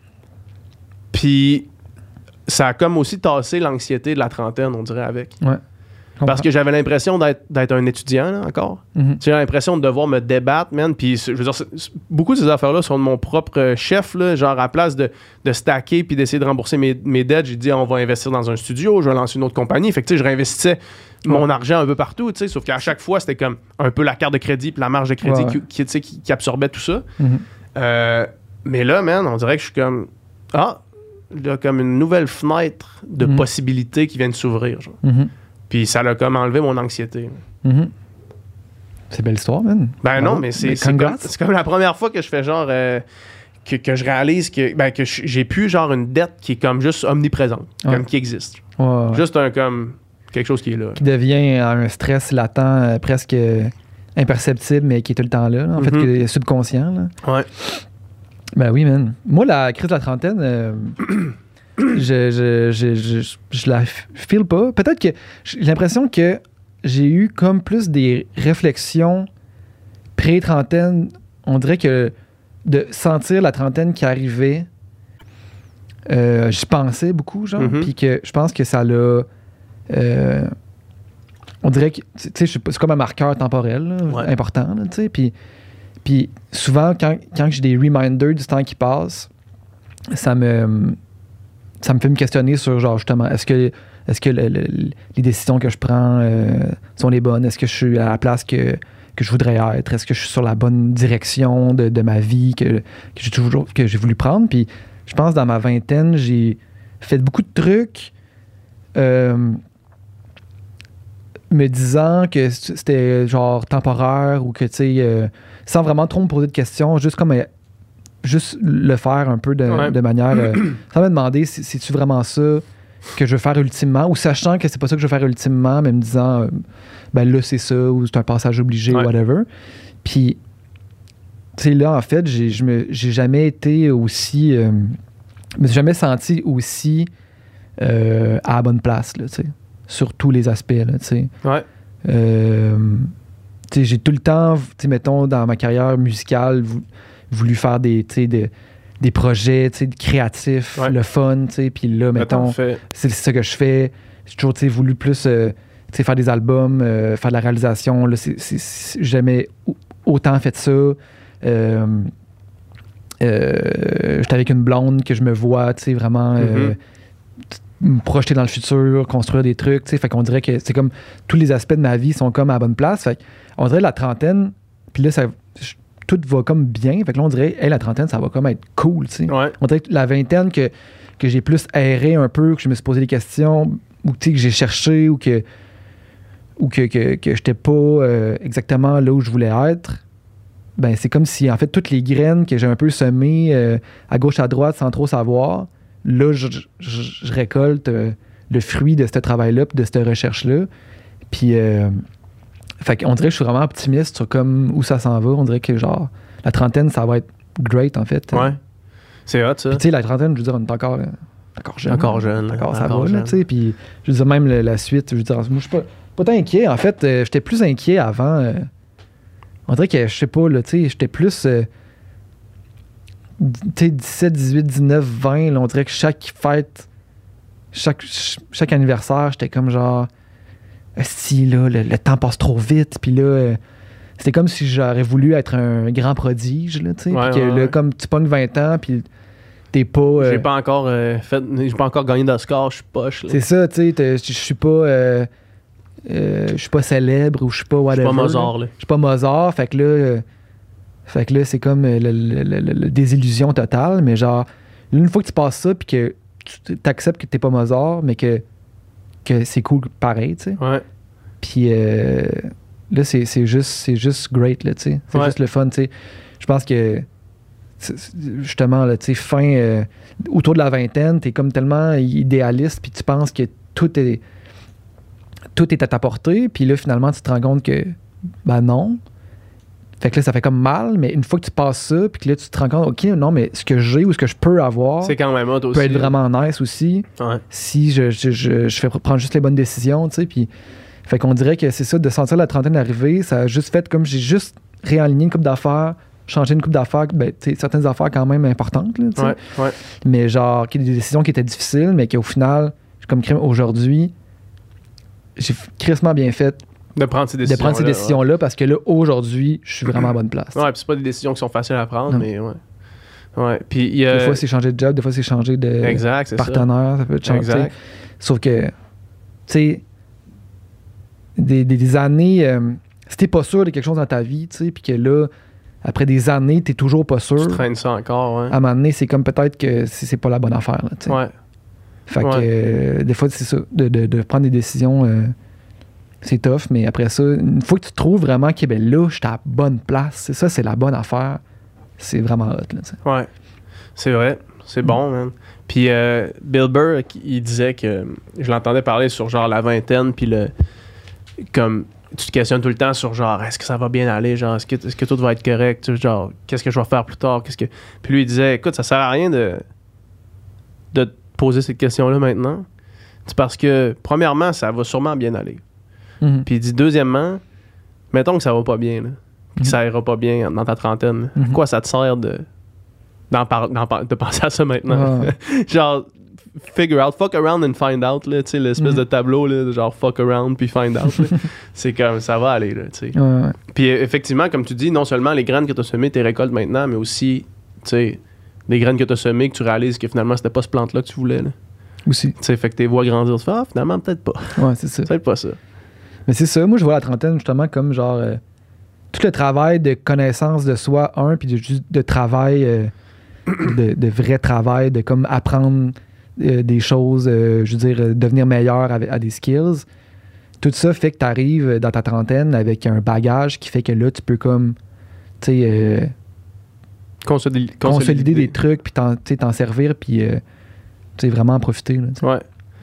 Puis ça a comme aussi tassé l'anxiété de la trentaine, on dirait, avec. Ouais. Parce que j'avais l'impression d'être, d'être un étudiant, là, encore. Mm-hmm. J'ai l'impression de devoir me débattre, man. Puis, je veux dire, c'est, c'est, beaucoup de ces affaires-là sont de mon propre chef, là. Genre, à place de, de stacker puis d'essayer de rembourser mes, mes dettes, j'ai dit, on va investir dans un studio, je vais lancer une autre compagnie. Fait que, tu sais, je réinvestissais mon ouais. argent un peu partout, tu sais. Sauf qu'à chaque fois, c'était comme un peu la carte de crédit puis la marge de crédit ouais, ouais. Qui, qui, tu sais, qui, qui absorbait tout ça. Mm-hmm. Euh, mais là, man, on dirait que je suis comme, ah, il y a comme une nouvelle fenêtre de Mm-hmm. possibilités qui vient de s'ouvrir, genre. Mm-hmm. Puis ça l'a comme enlevé mon anxiété. Mm-hmm. C'est belle histoire, man. Ben Bravo. non, mais c'est, Mais c'est, comme, congrats. c'est comme la première fois que je fais genre... euh, que, que je réalise que, ben, que je- j'ai plus genre une dette qui est comme juste omniprésente, Ouais. comme qui existe. Ouais, ouais. Juste un comme... quelque chose qui est là. Qui devient un stress latent, euh, presque euh, imperceptible, mais qui est tout le temps là. là. En Mhm. fait, qui est subconscient. Là. Ouais. Ben oui, man. Moi, la crise de la trentaine, euh, je, je, je, je, je la f- feel pas. Peut-être que j'ai l'impression que j'ai eu comme plus des réflexions pré-trentaine. On dirait que de sentir la trentaine qui arrivait, euh, j'y pensais beaucoup, genre. Mhm. Puis que je pense que ça l'a... euh, on dirait que, tu sais, je sais pas, c'est comme un marqueur temporel, là, Ouais. important, là, tu sais. Puis, puis souvent, quand, quand j'ai des reminders du temps qui passe, ça me, ça me fait me questionner sur, genre, justement, est-ce que, est-ce que le- le- les décisions que je prends euh, sont les bonnes? Est-ce que je suis à la place que, que je voudrais être? Est-ce que je suis sur la bonne direction de, de ma vie que, que j'ai toujours que j'ai voulu prendre? Puis je pense dans ma vingtaine, j'ai fait beaucoup de trucs euh, me disant que c'était genre temporaire ou que, tu sais, euh, sans vraiment trop me poser de questions, juste comme euh, juste le faire un peu de, Ouais. de manière euh, sans me demander si c'est-tu vraiment ça que je veux faire ultimement ou sachant que c'est pas ça que je veux faire ultimement, mais me disant euh, ben là c'est ça ou c'est un passage obligé Ouais. whatever. Puis tu sais là en fait j'ai je me j'ai jamais été aussi euh, je me suis jamais senti aussi euh, à la bonne place là, tu sais, sur tous les aspects là, tu sais. Ouais. Euh, tu sais, j'ai tout le temps, tu sais, mettons, dans ma carrière musicale, vou- voulu faire des, tu sais, des, des projets, tu sais, créatifs, Ouais. le fun, tu sais, puis là, Mettons, mettons, fait... c'est c'est ça que je fais. J'ai toujours, tu sais, voulu plus, euh, tu sais, faire des albums, euh, faire de la réalisation, là, c'est, c'est, c'est- j'ai jamais au- autant fait ça. Euh, euh, j'étais avec une blonde que je me vois, tu sais, vraiment... euh, Mhm. me projeter dans le futur, construire des trucs, tu sais, fait qu'on dirait que c'est comme tous les aspects de ma vie sont comme à la bonne place, fait on dirait la trentaine, puis là ça, je- tout va comme bien, fait que là on dirait hey, la trentaine ça va comme être cool, tu sais. Ouais. On dirait que la vingtaine que, que j'ai plus erré un peu, que je me suis posé des questions ou tu sais que j'ai cherché ou que ou que que, que j'étais pas euh, exactement là où je voulais être. Ben c'est comme si en fait toutes les graines que j'ai un peu semées euh, à gauche à droite sans trop savoir, là, je, je- je récolte euh, le fruit de ce travail-là puis de cette recherche-là. Puis, euh, fait qu'on dirait que je suis vraiment optimiste sur comme où ça s'en va. On dirait que, genre, la trentaine, ça va être great, en fait. Ouais. C'est hot, ça. Puis, tu sais, la trentaine, je veux dire, on est encore, euh, encore jeune. Encore jeune, Encore, ça encore va, là, jeune. tu sais. Puis, je veux dire, même le- la suite, je veux dire, moi, je suis pas, pas tant inquiet. En fait, euh, j'étais plus inquiet avant. euh, on dirait que, je sais pas, là, tu sais, j'étais plus... euh, tu sais, dix-sept, dix-huit, dix-neuf, vingt, là, on dirait que chaque fête, chaque, ch- chaque anniversaire, j'étais comme genre, si là, le, le temps passe trop vite, puis là, euh, c'était comme si j'aurais voulu être un grand prodige, là, tu sais, Ouais, puis que ouais, là, ouais. comme tu pognes vingt ans, puis t'es pas... euh, J'ai pas encore euh, fait... J'ai pas encore gagné d'Oscar, je suis poche, là. c'est ça, tu sais, t'es- je suis pas... euh, euh, je suis pas célèbre ou je suis pas Je whatever. suis pas là. Mozart, là. Je suis pas Mozart, fait que là, euh, fait que là c'est comme euh, le, le- le- le- le désillusion totale, mais genre, là, une fois que tu passes ça, puis que tu t'acceptes que t'es pas Mozart, mais que, que c'est cool pareil, tu sais. Ouais. Puis euh, là, c'est, c'est juste c'est juste great, là, tu sais. C'est Ouais. juste le fun, tu sais. Je pense que, tu c'est, c'est, justement, là, tu sais, fin, euh, autour de la vingtaine, t'es comme tellement idéaliste, puis tu penses que tout est, tout est à ta portée, puis là, finalement, tu te rends compte que, ben non. Fait que là, ça fait comme mal, mais une fois que tu passes ça, puis que là, tu te rends compte, OK, non, mais ce que j'ai ou ce que je peux avoir c'est quand même hot aussi, peut être vraiment nice aussi. Ouais. Si je, je, je, je fais prendre juste les bonnes décisions, tu sais, puis fait qu'on dirait que c'est ça, de sentir la trentaine arriver, ça a juste fait comme j'ai juste réaligné une couple d'affaires, changé une couple d'affaires, ben, tu sais, certaines affaires quand même importantes, là, tu sais. Ouais, ouais. Mais genre, des décisions qui étaient difficiles, mais qu'au final, comme crime aujourd'hui, j'ai crissement bien fait de prendre ces décisions de prendre ces décisions-là, ouais. Parce que là, aujourd'hui, je suis vraiment à bonne place. Ouais, puis c'est pas des décisions qui sont faciles à prendre, non. mais ouais. Ouais, puis il y a... Des fois, c'est changer de job, des fois, c'est changer de exact, c'est partenaire, ça. ça peut être changer. Exact. Sauf que, tu sais, des, des, des années, euh, si t'es pas sûr de quelque chose dans ta vie, tu sais, puis que là, après des années, t'es toujours pas sûr. Tu traînes ça encore, ouais. À un moment donné, c'est comme peut-être que c'est, c'est pas la bonne affaire, là, tu sais. Ouais. Fait ouais. que, euh, des fois, c'est ça, de, de, de prendre des décisions... Euh, c'est tough, mais après ça, une fois que tu trouves vraiment que ben là, je suis à la bonne place, c'est ça, c'est la bonne affaire, c'est vraiment hot. Là, t'sais. Ouais, c'est vrai, c'est mm. bon, man. Puis euh, Bill Burr, il disait que, je l'entendais parler sur genre la vingtaine, puis le, comme, tu te questionnes tout le temps sur genre, est-ce que ça va bien aller, genre, est-ce que, est-ce que tout va être correct, genre, qu'est-ce que je vais faire plus tard, qu'est-ce que... Puis lui, il disait, écoute, ça sert à rien de, de te poser cette question-là maintenant, c'est parce que, premièrement, ça va sûrement bien aller. Mm-hmm. Puis il dit, deuxièmement, mettons que ça va pas bien, là, mm-hmm. que ça ira pas bien dans ta trentaine. Mm-hmm. Quoi ça te sert de, d'en par, d'en par, de penser à ça maintenant? Oh. Genre, figure out, fuck around and find out, là, tu sais, l'espèce mm-hmm. de tableau, là, genre fuck around puis find out. C'est comme, ça va aller, là, tu sais. Ouais, ouais. Puis effectivement, comme tu dis, non seulement les graines que tu as semées, tu les récoltes maintenant, mais aussi, tu sais, les graines que tu as semées, que tu réalises que finalement, c'était pas ce plante-là que tu voulais, là. Aussi. Tu sais, fait que tu les vois grandir, tu fais, ah, finalement, peut-être pas. Ouais, c'est ça. Peut-être pas ça. Mais c'est ça, moi je vois la trentaine justement comme genre euh, tout le travail de connaissance de soi, un, puis de, juste de travail, euh, de, de vrai travail, de comme apprendre euh, des choses, euh, je veux dire, euh, devenir meilleur à, à des skills. Tout ça fait que tu arrives dans ta trentaine avec un bagage qui fait que là, tu peux comme, tu sais, euh, Consoli- consolider. consolider des trucs, puis t'en, t'en servir, puis euh, tu sais, vraiment en profiter. Là, ouais.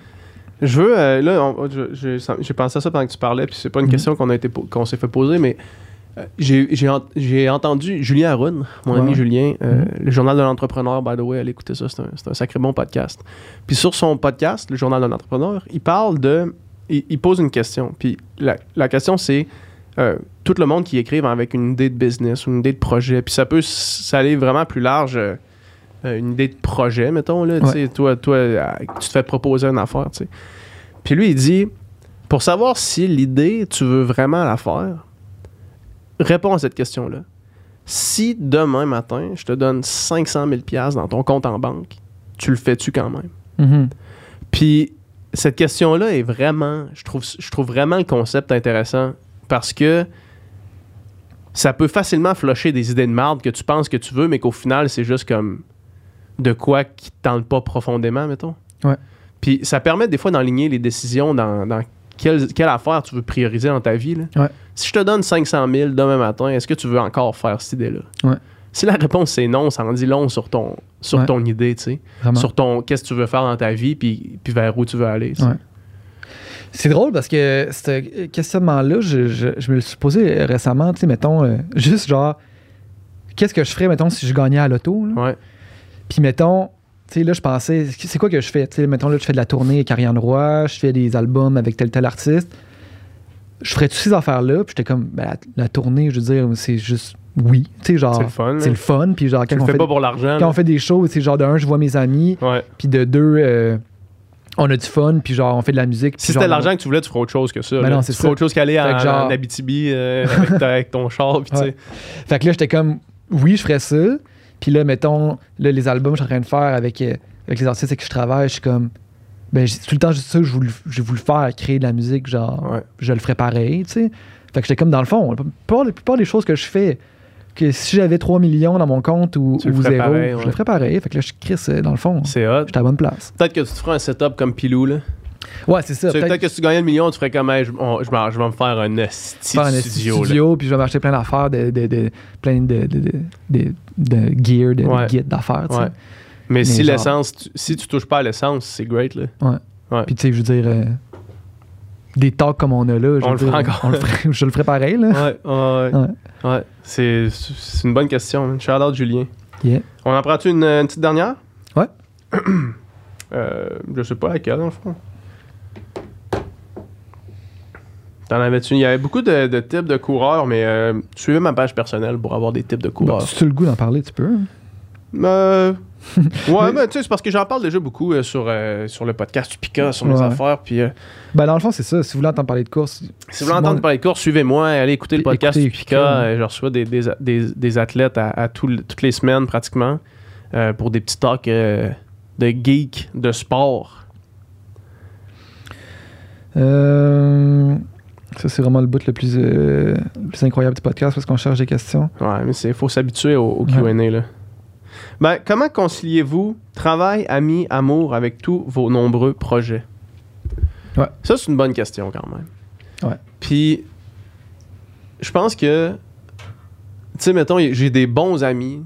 Je veux, euh, là, on, je, je, j'ai pensé à ça pendant que tu parlais, puis c'est pas une mm-hmm. question qu'on, a été, qu'on s'est fait poser, mais euh, j'ai, j'ai, j'ai entendu Julien Haroun, mon ouais. ami Julien, euh, mm-hmm. le Journal de l'entrepreneur, by the way, allez écouter ça, c'est un, c'est un sacré bon podcast. Puis sur son podcast, le Journal de l'entrepreneur, il parle de, il, il pose une question, puis la, la question c'est, euh, tout le monde qui écrive avec une idée de business ou une idée de projet, puis ça peut s'aller vraiment plus large, euh, une idée de projet, mettons, là, ouais. toi, toi, tu te fais proposer une affaire, tu sais. Puis lui, il dit, pour savoir si l'idée, tu veux vraiment la faire, réponds à cette question-là. Si demain matin, je te donne cinq cent mille dollars dans ton compte en banque, tu le fais-tu quand même? Mm-hmm. Puis cette question-là est vraiment, je trouve, je trouve vraiment le concept intéressant parce que ça peut facilement flusher des idées de marde que tu penses que tu veux, mais qu'au final, c'est juste comme de quoi qui ne tente pas profondément, mettons. Ouais. Puis ça permet des fois d'enligner les décisions dans, dans quelle, quelle affaire tu veux prioriser dans ta vie. Là. Ouais. Si je te donne cinq cent mille demain matin, est-ce que tu veux encore faire cette idée-là? Ouais. Si la réponse c'est non, ça en dit long sur ton, sur ouais. ton idée, tu sais. Sur ton qu'est-ce que tu veux faire dans ta vie, puis, puis vers où tu veux aller. Ouais. C'est drôle parce que ce questionnement-là, je, je, je me le suis posé récemment, tu sais, mettons, euh, juste genre, qu'est-ce que je ferais, mettons, si je gagnais à l'auto? Là? Ouais. Puis mettons, tu sais, là, je pensais, c'est quoi que je fais? Tu sais, mettons, là, je fais de la tournée avec Ariane Roy, je fais des albums avec tel tel artiste. Je ferais toutes ces affaires-là, puis j'étais comme, ben, la, la tournée, je veux dire, c'est juste, oui. Tu sais, genre, c'est le fun. C'est le fun, puis genre, quand tu on le fais fait, pas pour l'argent. Quand là. On fait des shows, c'est genre, de un, je vois mes amis, ouais. puis de deux, euh, on a du fun, puis genre, on fait de la musique. Si c'était l'argent que tu voulais, tu ferais autre chose que ça. Ben non, c'est tu ça. ferais autre chose qu'aller en, genre... en Abitibi euh, avec, ta, avec ton char, puis ouais. tu sais. Fait que là, j'étais comme, oui, je ferais ça. Puis là, mettons, là, les albums que je suis en train de faire avec, euh, avec les artistes avec qui je travaille, je suis comme, ben, j'ai tout le temps juste ça que je voulais, j'ai voulu faire, créer de la musique, genre, ouais. je le ferais pareil, tu sais. Fait que j'étais comme, dans le fond, la plupart, la plupart des choses que je fais, que si j'avais trois millions dans mon compte ou, ou zéro, pareil, ouais. je le ferais pareil. Fait que là, je crisse, dans le fond, c'est hot. J'étais à la bonne place. Peut-être que tu te ferais un setup comme Pilou, là. Ouais, c'est ça. Tu sais, peut-être que si tu gagnais le million, tu ferais comme hey, je, on- je, vais- je vais me faire un esti faire un de esti studio. là. studio, puis je vais m'acheter plein d'affaires, de, de, de, plein de, de, de, de, de gear, de, Ouais. de guides d'affaires. tu sais. Ouais. Mais, Mais si genre- l'essence, tu- si tu touches pas à l'essence, c'est great. Là. Ouais. Ouais. Puis tu sais, je veux dire, euh, des talks comme on a là, je On veux le dire, fera encore. on le ferait- je le ferais pareil. Là. Ouais, ouais, Ouais. ouais. C'est, c'est une bonne question. Man. Shout out Julien. Yeah. On en prend-tu une, une petite dernière? Ouais. euh, je sais pas laquelle, dans le fond. T'en avais-tu? Il y avait beaucoup de, de types de coureurs, mais euh, suivez ma page personnelle pour avoir des types de Bon, coureurs. si tu as le goût d'en parler, tu peux. Euh, ouais, mais tu sais, c'est parce que j'en parle déjà beaucoup euh, sur, euh, sur le podcast du Pika, sur mes Ouais. affaires. Puis euh, Ben, dans le fond, c'est ça. Si vous voulez entendre parler de course, si vous voulez entendre parler de course, suivez-moi, allez écouter le podcast Écoutez du Pika. Pika. Euh, je reçois des, des, des, des athlètes à, à tout le- toutes les semaines pratiquement euh, pour des petits talks euh, de geek, de sport. Euh, ça, c'est vraiment le bout le plus, euh, le plus incroyable du podcast parce qu'on cherche des questions. Ouais, mais il faut s'habituer au, au Q and A. Ouais. Là. Ben, comment conciliez-vous travail, amis, amour avec tous vos nombreux projets? Ouais. Ça, c'est une bonne question quand même. Ouais. Puis, je pense que, tu sais, mettons, y- j'ai des bons amis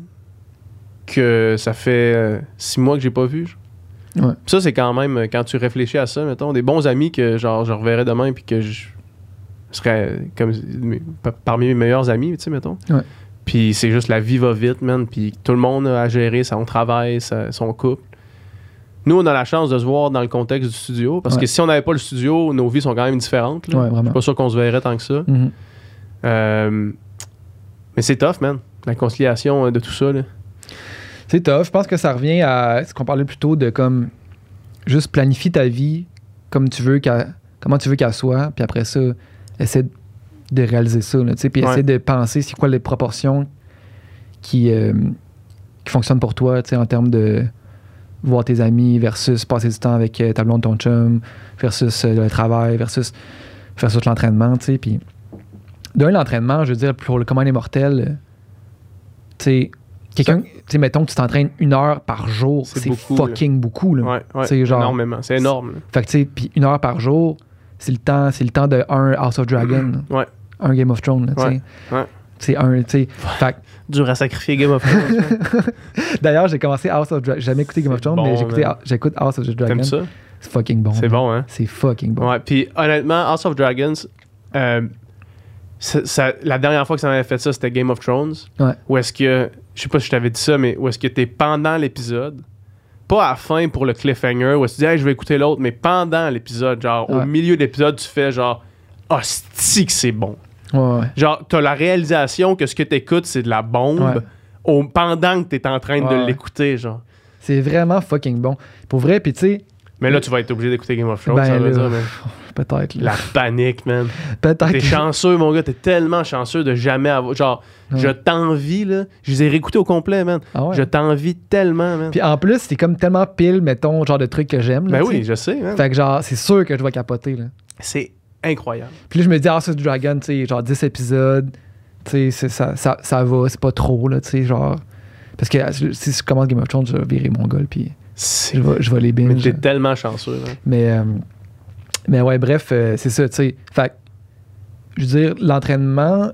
que ça fait euh, six mois que j'ai pas vus. Ouais. Ça, c'est quand même, euh, quand tu réfléchis à ça, mettons, des bons amis que, genre, je reverrai demain puis que je serais comme mes- pa- parmi mes meilleurs amis, tu sais, mettons. Ouais. Puis c'est juste la vie va vite, man. Puis tout le monde a à gérer son travail, sa- son couple. Nous, on a la chance de se voir dans le contexte du studio. Parce Ouais. que si on n'avait pas le studio, nos vies sont quand même différentes. là. Ouais, Je vraiment. suis pas sûr qu'on se verrait tant que ça. Mhm. Euh, mais c'est tough, man. La conciliation euh, de tout ça. Là. C'est tough. Je pense que ça revient à ce qu'on parlait plus tôt de comme juste planifier ta vie comme tu veux qu'elle, comment tu veux qu'elle soit, puis après ça, essaie de réaliser ça, là, tu sais, puis Ouais. essaie de penser c'est quoi les proportions qui, euh, qui fonctionnent pour toi, tu sais, en termes de voir tes amis versus passer du temps avec euh, ta blonde, ton chum, versus euh, le travail, versus, versus l'entraînement, tu sais, puis d'un, l'entraînement, je veux dire, pour le commun des mortels, euh, tu sais, quelqu'un, tu sais, mettons que tu t'entraînes une heure par jour, C'est c'est, beaucoup, fucking beaucoup, là. Ouais, ouais. C'est genre- Énormément. C'est énorme. là. Fait que, tu sais, puis une heure par jour, c'est le temps, c'est le temps de un House of Dragon, Ouais. un Game of Thrones, là, tu sais. Ouais, ouais. C'est un, tu sais. Fait que, Dur à sacrifier Game of Thrones. d'ailleurs, j'ai commencé House of Dragon. J'ai jamais écouté Game of C'est Thrones, bon, mais j'ai écouté- man. j'écoute House of Dragon. T'aimes ça? C'est fucking bon. C'est man. bon, hein? C'est fucking bon. Ouais, puis honnêtement, House of Dragons, euh, ça- ça- la dernière fois que ça m'avait fait ça, c'était Game of Thrones. Ouais. Où est-ce que, je sais pas si je t'avais dit ça, mais où est-ce que t'es pendant l'épisode, pas à la fin pour le cliffhanger, où est-ce que tu dis, hey, je vais écouter l'autre, mais pendant l'épisode, genre, au Ouais. milieu de l'épisode, tu fais genre, hostie que c'est bon. Ouais, ouais. Genre, t'as la réalisation que ce que t'écoutes, c'est de la bombe, Ouais. au- pendant que t'es en train de Ouais, ouais. l'écouter, genre. C'est vraiment fucking bon. Pour vrai, puis tu sais, Mais là, tu vas être obligé d'écouter Game of Thrones, Ben ça veut là, dire, man. peut-être. là. La panique, man. Peut-être. T'es chanceux, mon gars. T'es tellement chanceux de jamais avoir. Genre, Ouais. je t'envie, là. Je les ai réécoutés au complet, man. Ah ouais. Je t'envie tellement, man. Puis en plus, c'est comme tellement pile, mettons, genre de trucs que j'aime. là, ben tu sais. oui, je sais, man. Fait que genre, c'est sûr que je vais capoter, là. C'est incroyable. Puis là, je me dis, House of Dragon, tu sais, genre dix épisodes, tu sais, c'est- ça, ça, ça va, c'est pas trop, là, tu sais, genre. Parce que euh, si je commence Game of Thrones, je vais virer mon gars, puis C'est- je vais, je vais les Mais binge. t'es tellement chanceux, man. Mais, euh, mais ouais, bref, euh, c'est ça, tu sais. Fait que, je veux dire, l'entraînement,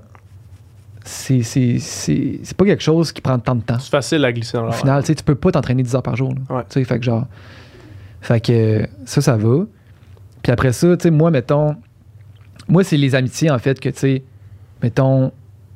c'est, c'est, c'est, c'est pas quelque chose qui prend tant de temps. C'est facile à glisser dans Au la final, tu sais, tu peux pas t'entraîner dix heures par jour. là. Ouais. Tu sais, fait que genre. Fait que ça, ça va. Puis après ça, tu sais, moi, mettons. Moi, c'est les amitiés, en fait, que, tu sais, mettons.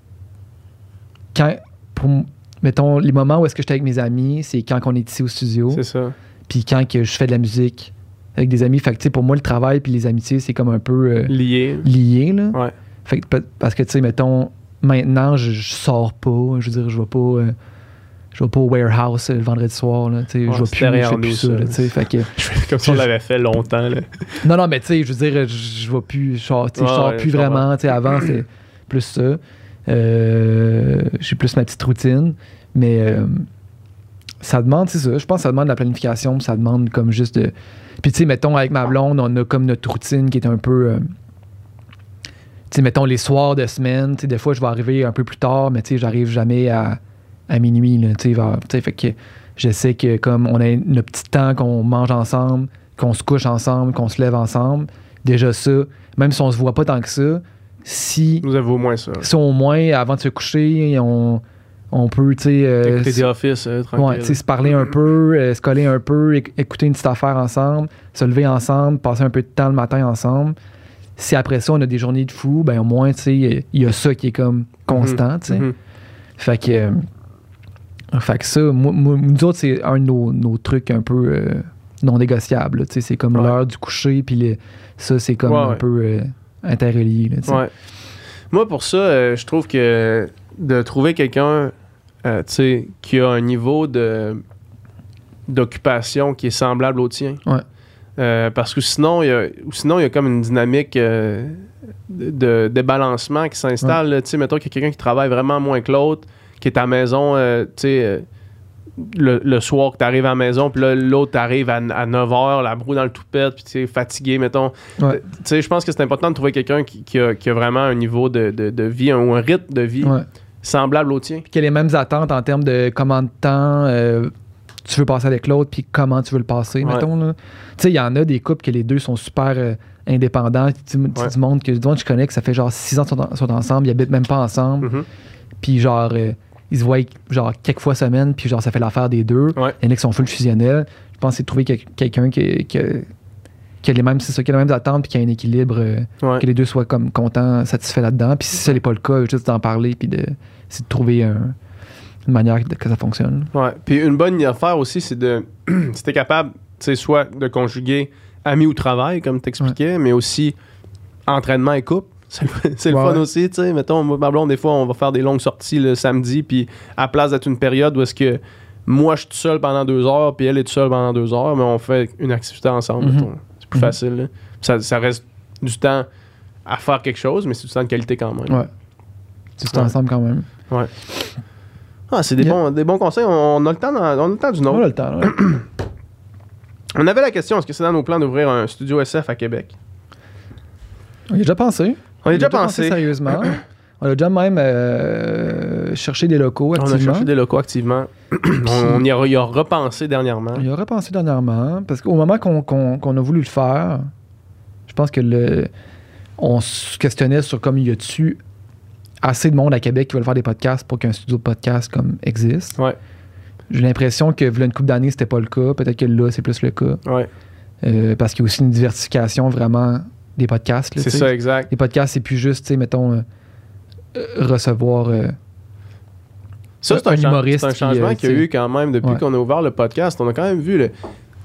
Quand. Pour, mettons, les moments où est-ce que j'étais avec mes amis, c'est quand on est ici au studio. C'est ça. Puis quand que je fais de la musique avec des amis. Fait que, tu sais, pour moi, le travail puis les amitiés, c'est comme un peu euh, Lié. lié, là. Ouais. Fait que, pe- parce que, tu sais, mettons, maintenant, je, je sors pas. Je veux dire, je vais pas. euh, je vais pas au warehouse euh, le vendredi soir, là. Tu sais, Ouais, je vais c'est plus, je derrière fais plus nous, ça, ça. là, tu sais. Fait que. Comme si on l'avait fait longtemps, là. Non, non, mais tu sais, je veux dire, je, je vais plus. Je sors, tu sais, je Ouais, sors ouais, plus je comprends. vraiment. Tu sais, avant, c'était plus ça. Euh, j'ai plus ma petite routine. Mais euh, ça demande, c'est ça. Je pense que ça demande de la planification. Puis ça demande comme juste de. Puis tu sais, mettons, avec ma blonde, on a comme notre routine qui est un peu. euh, tu sais, mettons, les soirs de semaine. Tu sais, des fois, je vais arriver un peu plus tard, mais tu sais, j'arrive jamais à, à minuit. Là, tu sais, vers- tu sais, fait que je sais que comme on a notre petit temps qu'on mange ensemble, qu'on se couche ensemble, qu'on se lève ensemble. Déjà ça, même si on se voit pas tant que ça, si... Vous avez au moins ça. Si au moins, avant de se coucher, on, on peut, tu sais... Euh, écouter des Office, euh, tranquille. Ouais, tu sais, se parler un peu, euh, se coller un peu, éc- écouter une petite affaire ensemble, se lever ensemble, passer un peu de temps le matin ensemble. Si après ça, on a des journées de fou, ben au moins, tu sais, il y a ça qui est comme constant, tu sais. Mm-hmm. Fait que... Euh, fait que ça, moi, moi, nous autres, c'est un de nos, nos trucs un peu euh, non négociables, tu sais. C'est comme ouais. l'heure du coucher, puis les, ça, c'est comme ouais, un ouais. peu euh, interrelié, là, tu sais. Ouais. Moi, pour ça, euh, je trouve que de trouver quelqu'un, euh, tu sais, qui a un niveau de d'occupation qui est semblable au tien. Ouais. Euh, parce que sinon, il y a, sinon, il y a comme une dynamique euh, de, de débalancement qui s'installe. Ouais. Tu sais, mettons qu'il y a quelqu'un qui travaille vraiment moins que l'autre, qui est à la maison, euh, tu sais, euh, le, le soir que tu arrives à la maison, puis là, l'autre t'arrive à, à neuf heures, la broue dans le toupette, puis tu es fatigué, mettons. Ouais. Tu sais, je pense que c'est important de trouver quelqu'un qui, qui, a, qui a vraiment un niveau de, de, de vie un, ou un rythme de vie ouais. semblable au tien. Puis qu'il y a les mêmes attentes en termes de combien de temps euh, tu veux passer avec l'autre, puis comment tu veux le passer, ouais. mettons. Tu sais, il y en a des couples que les deux sont super euh, indépendants. Tu ouais. du monde que, du monde que je connais que ça fait genre six ans qu'ils sont, sont ensemble, ils habitent même pas ensemble. Mm-hmm. Puis genre... Euh, ils se voient genre quelques fois semaine, puis genre ça fait l'affaire des deux. Ouais. Il y en a qui sont full fusionnels. Je pense que c'est de trouver quel- quelqu'un qui, qui, qui a les mêmes, c'est ça, qui a les mêmes attentes, puis qui a un équilibre, euh, ouais. que les deux soient comme contents, satisfaits là-dedans. Puis si ça n'est pas le cas, juste d'en parler, puis de, c'est de trouver un, une manière de, que ça fonctionne. Ouais. Puis une bonne affaire aussi, c'est de, si t'es capable, tu sais, soit de conjuguer amis ou travail, comme t'expliquais, ouais. mais aussi entraînement et couple. C'est le, c'est le ouais. fun aussi, tu sais. Mettons, moi, ma blonde, des fois, on va faire des longues sorties le samedi, puis à la place d'être une période où est-ce que moi, je suis tout seul pendant deux heures, puis elle est toute seule pendant deux heures, mais on fait une activité ensemble, mm-hmm. mettons. C'est plus mm-hmm. facile, là. Ça, ça reste du temps à faire quelque chose, mais c'est du temps de qualité quand même. Ouais. C'est du temps ouais. ensemble quand même. Ouais. Ah, c'est des, yeah. bons, des bons conseils. On, on, a le temps dans, on a le temps du nôtre. On a le temps, ouais. On avait la question, est-ce que c'est dans nos plans d'ouvrir un studio S F à Québec? On y a déjà pensé. On y a déjà, déjà pensé. pensé sérieusement. On a déjà même euh, cherché des locaux activement. On a cherché des locaux activement. on, on y, a, y a repensé dernièrement. On y a repensé dernièrement. Parce qu'au moment qu'on, qu'on, qu'on a voulu le faire, je pense que le, on se questionnait sur comme y a-tu assez de monde à Québec qui veulent faire des podcasts pour qu'un studio de podcast comme existe. Ouais. J'ai l'impression que v'là une couple d'années, c'était pas le cas. Peut-être que là, c'est plus le cas. Ouais. Euh, parce qu'il y a aussi une diversification vraiment des podcasts. Là, c'est t'sais. ça, exact. Les podcasts, c'est plus juste, tu sais, mettons, euh, euh, recevoir euh, ça, c'est un, un humoriste. C'est un changement qui, qu'il y a eu quand même depuis ouais. qu'on a ouvert le podcast. On a quand même vu... Le...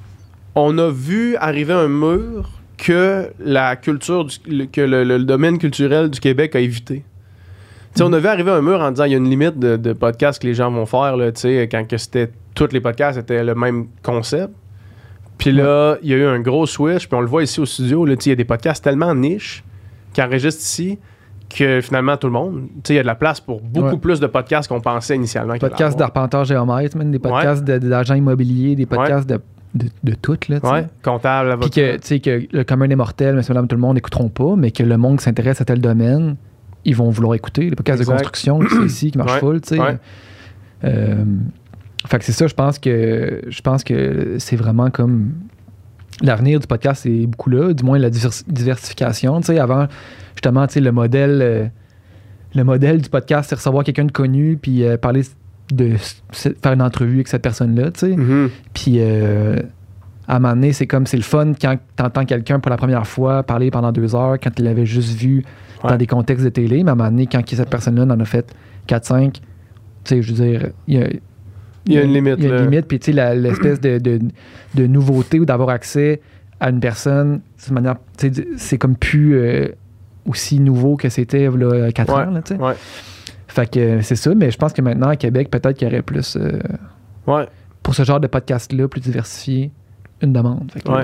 On a vu arriver un mur que la culture, du... que le, le, le domaine culturel du Québec a évité. T'sais, mm. On a vu arriver un mur en disant il y a une limite de, de podcasts que les gens vont faire là, quand que c'était tous les podcasts étaient le même concept. Puis là, il y a eu un gros switch, puis on le voit ici au studio, il y a des podcasts tellement niches qui enregistrent ici que finalement tout le monde, il y a de la place pour beaucoup ouais. plus de podcasts qu'on pensait initialement. Podcasts d'arpenteur géomètre, même, des podcasts ouais. de, d'agents immobiliers, des podcasts ouais. de, de, de tout. Là, ouais, comptable, avocat. Puis que, tu sais, que le commun des mortels, monsieur, madame, tout le monde n'écouteront pas, mais que le monde qui s'intéresse à tel domaine, ils vont vouloir écouter. Les podcasts exact. De construction, c'est ici, qui marchent ouais. full, tu sais. Ouais. Euh, fait que c'est ça, je pense que je pense que c'est vraiment comme l'avenir du podcast, c'est beaucoup là, du moins la divers- diversification. Tu sais, avant, justement, tu sais, le modèle euh, le modèle du podcast, c'est recevoir quelqu'un de connu puis euh, parler de faire une entrevue avec cette personne-là, tu sais. Mm-hmm. Puis euh, à un moment donné, c'est comme c'est le fun quand t'entends quelqu'un pour la première fois parler pendant deux heures, quand il l'avait juste vu ouais. dans des contextes de télé, mais à un moment donné, quand cette personne-là en a fait quatre cinq, tu sais, je veux dire, il y a Il y a une limite. Il y a une limite, puis tu sais, la, l'espèce de, de, de nouveauté ou d'avoir accès à une personne, de manière, c'est comme plus euh, aussi nouveau que c'était là, quatre ouais, ans. Là, ouais. Fait que c'est ça, mais je pense que maintenant, à Québec, peut-être qu'il y aurait plus, euh, ouais. pour ce genre de podcast-là, plus diversifié, une demande. Fait que, ouais.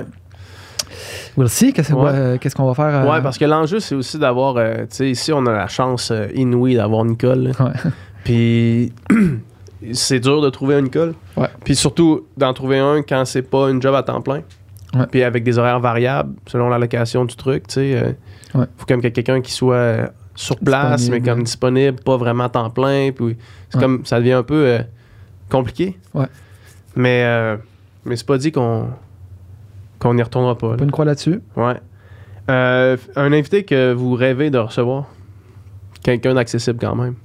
We'll see, qu'est-ce, ouais. euh, qu'est-ce qu'on va faire? Euh... Ouais, parce que l'enjeu, c'est aussi d'avoir, euh, tu sais, ici, on a la chance euh, inouïe d'avoir Nicole. Ouais. Puis... c'est dur de trouver une colle. Ouais. Puis surtout, d'en trouver un quand c'est pas une job à temps plein. Ouais. Puis avec des horaires variables selon la location du truc, tu sais. Euh, ouais. Faut quand même qu'il y ait quelqu'un qui soit euh, sur place, disponible. Mais comme disponible, pas vraiment à temps plein. Puis c'est ouais. comme, ça devient un peu euh, compliqué. Ouais. Mais, euh, mais c'est pas dit qu'on Qu'on n'y retournera pas. Pas Là. une croix là-dessus. Ouais. Euh, un invité que vous rêvez de recevoir. Quelqu'un d'accessible quand même.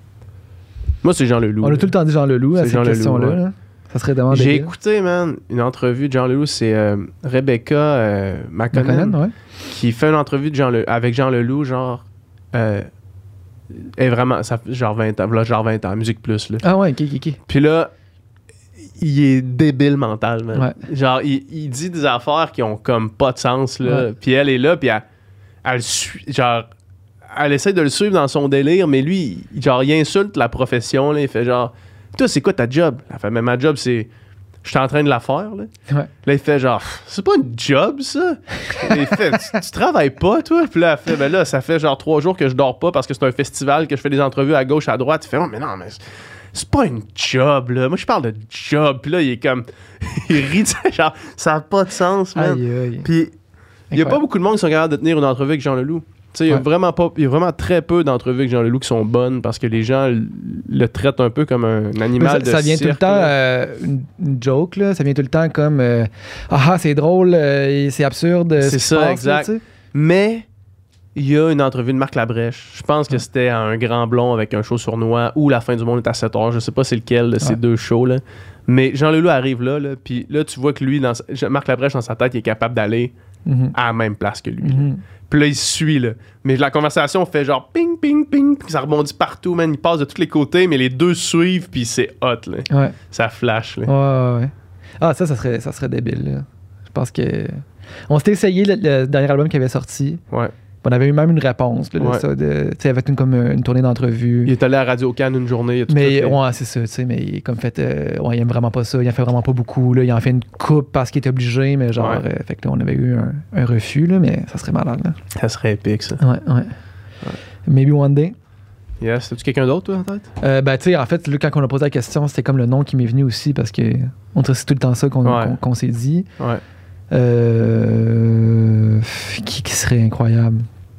Moi, c'est Jean Leloup. On là. a tout le temps dit Jean Leloup à C'est cette Jean Leloup, question-là. ouais. là. Ça serait demandé. J'ai écouté, man, une entrevue de Jean Leloup. C'est euh, Rebecca euh, McConnell ouais. qui fait une entrevue de Jean Le- avec Jean Leloup, genre... Euh, est vraiment... Ça fait genre vingt ans. Là, genre vingt ans. Musique Plus, là. Ah ouais, ok, ok, ok. Puis là, il est débile mental, man. Ouais. Genre, il, il dit des affaires qui ont comme pas de sens, là. Ouais. Puis elle est là, puis elle, elle suit... Genre... Elle essaie de le suivre dans son délire, mais lui, il, genre, il insulte la profession, là. Il fait genre... Toi, c'est quoi ta job? Elle fait, mais ma job, c'est... Je suis en train de la faire, là. Ouais. Là, il fait genre... C'est pas une job, ça? Il fait... Tu, tu travailles pas, toi? Puis là, elle fait... Ben là, ça fait genre trois jours que je dors pas parce que c'est un festival, que je fais des entrevues à gauche, à droite. Il fait... Oh, mais non, mais... C'est pas une job, là. Moi, je parle de job. Puis là, il est comme... il rit, tu sais, genre... Ça a pas de sens, man. Aïe, aïe. Puis... Il y a pas beaucoup de monde qui sont capables de tenir une entrevue avec Jean Leloup. Tu sais, il y a Ouais. vraiment pas, il y a vraiment très peu d'entrevues avec Jean Leloup qui sont bonnes parce que les gens l- le traitent un peu comme un Mais animal ça, de ça vient cirque, tout le temps là. euh, une, une joke, là. Ça vient tout le temps comme euh, ah ah, c'est drôle, euh, et c'est absurde. euh, C'est ce qui se ça, passe, exact. là, tu sais. Mais il y a une entrevue de Marc Labrèche. Je pense que Ouais. c'était à un grand blond avec un show sournois ou La fin du monde est à sept heures. Je sais pas c'est lequel de ces Ouais. deux shows là. Mais Jean Leloup arrive là, là puis là tu vois que lui, dans sa- Marc Labrèche dans sa tête, il est capable d'aller Mhm. à la même place que lui. là. Mhm. Puis là, il se suit, là. Mais la conversation fait genre ping, ping, ping, puis ça rebondit partout, man. Il passe de tous les côtés, mais les deux suivent, puis c'est hot, là. Ouais. Ça flash, là. Ouais, ouais, ouais. Ah, ça, ça serait, ça serait débile, là. Je pense que. On s'était essayé le, le dernier album qui avait sorti. Ouais. On avait eu même une réponse, là, de Ouais. ça. De, tu sais, avec une, comme une tournée d'entrevue. Il est allé à Radio Cannes une journée, il a tout Mais fait. ouais, c'est ça, tu sais, mais il est comme fait, euh, ouais, il aime vraiment pas ça, il en fait vraiment pas beaucoup, là, il en fait une coupe parce qu'il est obligé, mais genre, Ouais. euh, fait que là, on avait eu un, un refus, là, mais ça serait malade, là. Ça serait épique, ça. Ouais, ouais. Maybe one day. Yes. As-tu quelqu'un d'autre, toi, en tête? Euh, ben, tu sais, en fait, là, quand on a posé la question, c'était comme le nom qui m'est venu aussi parce que on dirait que c'est tout le temps ça qu'on, Ouais. qu'on, qu'on s'est dit. Ouais. Euh, qui, qui serait incroyable?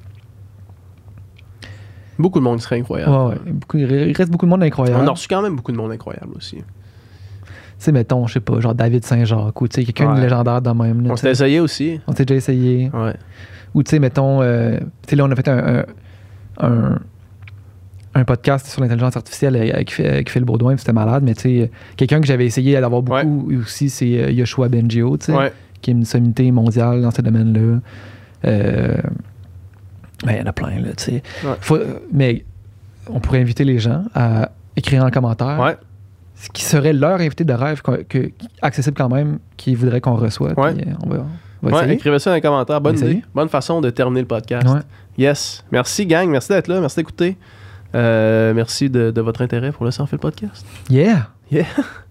Beaucoup de monde serait incroyable. Ouais, ouais. Beaucoup, il reste beaucoup de monde incroyable. On a reçu quand même beaucoup de monde incroyable aussi. Tu sais, mettons, je sais pas, genre David Saint-Jacques ou tu sais, quelqu'un Ouais. de légendaire de même. Là, On tu s'était sais. essayé aussi. On s'est déjà essayé. Ouais. Ou tu sais, mettons, euh, tu sais, là, on a fait un, un, un, un podcast sur l'intelligence artificielle avec, avec Phil Baudouin, puis c'était malade, mais tu sais, quelqu'un que j'avais essayé d'avoir beaucoup aussi, c'est euh, Yoshua Bengio, tu sais, Ouais. qui est une sommité mondiale dans ce domaine-là. Euh, ben, il y en a plein, là, tu sais. Ouais. Faut- mais on pourrait inviter les gens à écrire en commentaire Ouais. ce qui serait leur invité de rêve, qu'on- que, accessible quand même, qu'ils voudraient qu'on reçoive. Ouais. Puis, euh, on va, on va Ouais, essayer. écrivez ça dans les commentaires. Bonne On va essayer. idée. Bonne façon de terminer le podcast. Ouais. Yes. Merci, gang. Merci d'être là. Merci d'écouter. Euh, merci de, de votre intérêt pour le Sans Fil Podcast. Yeah! Yeah.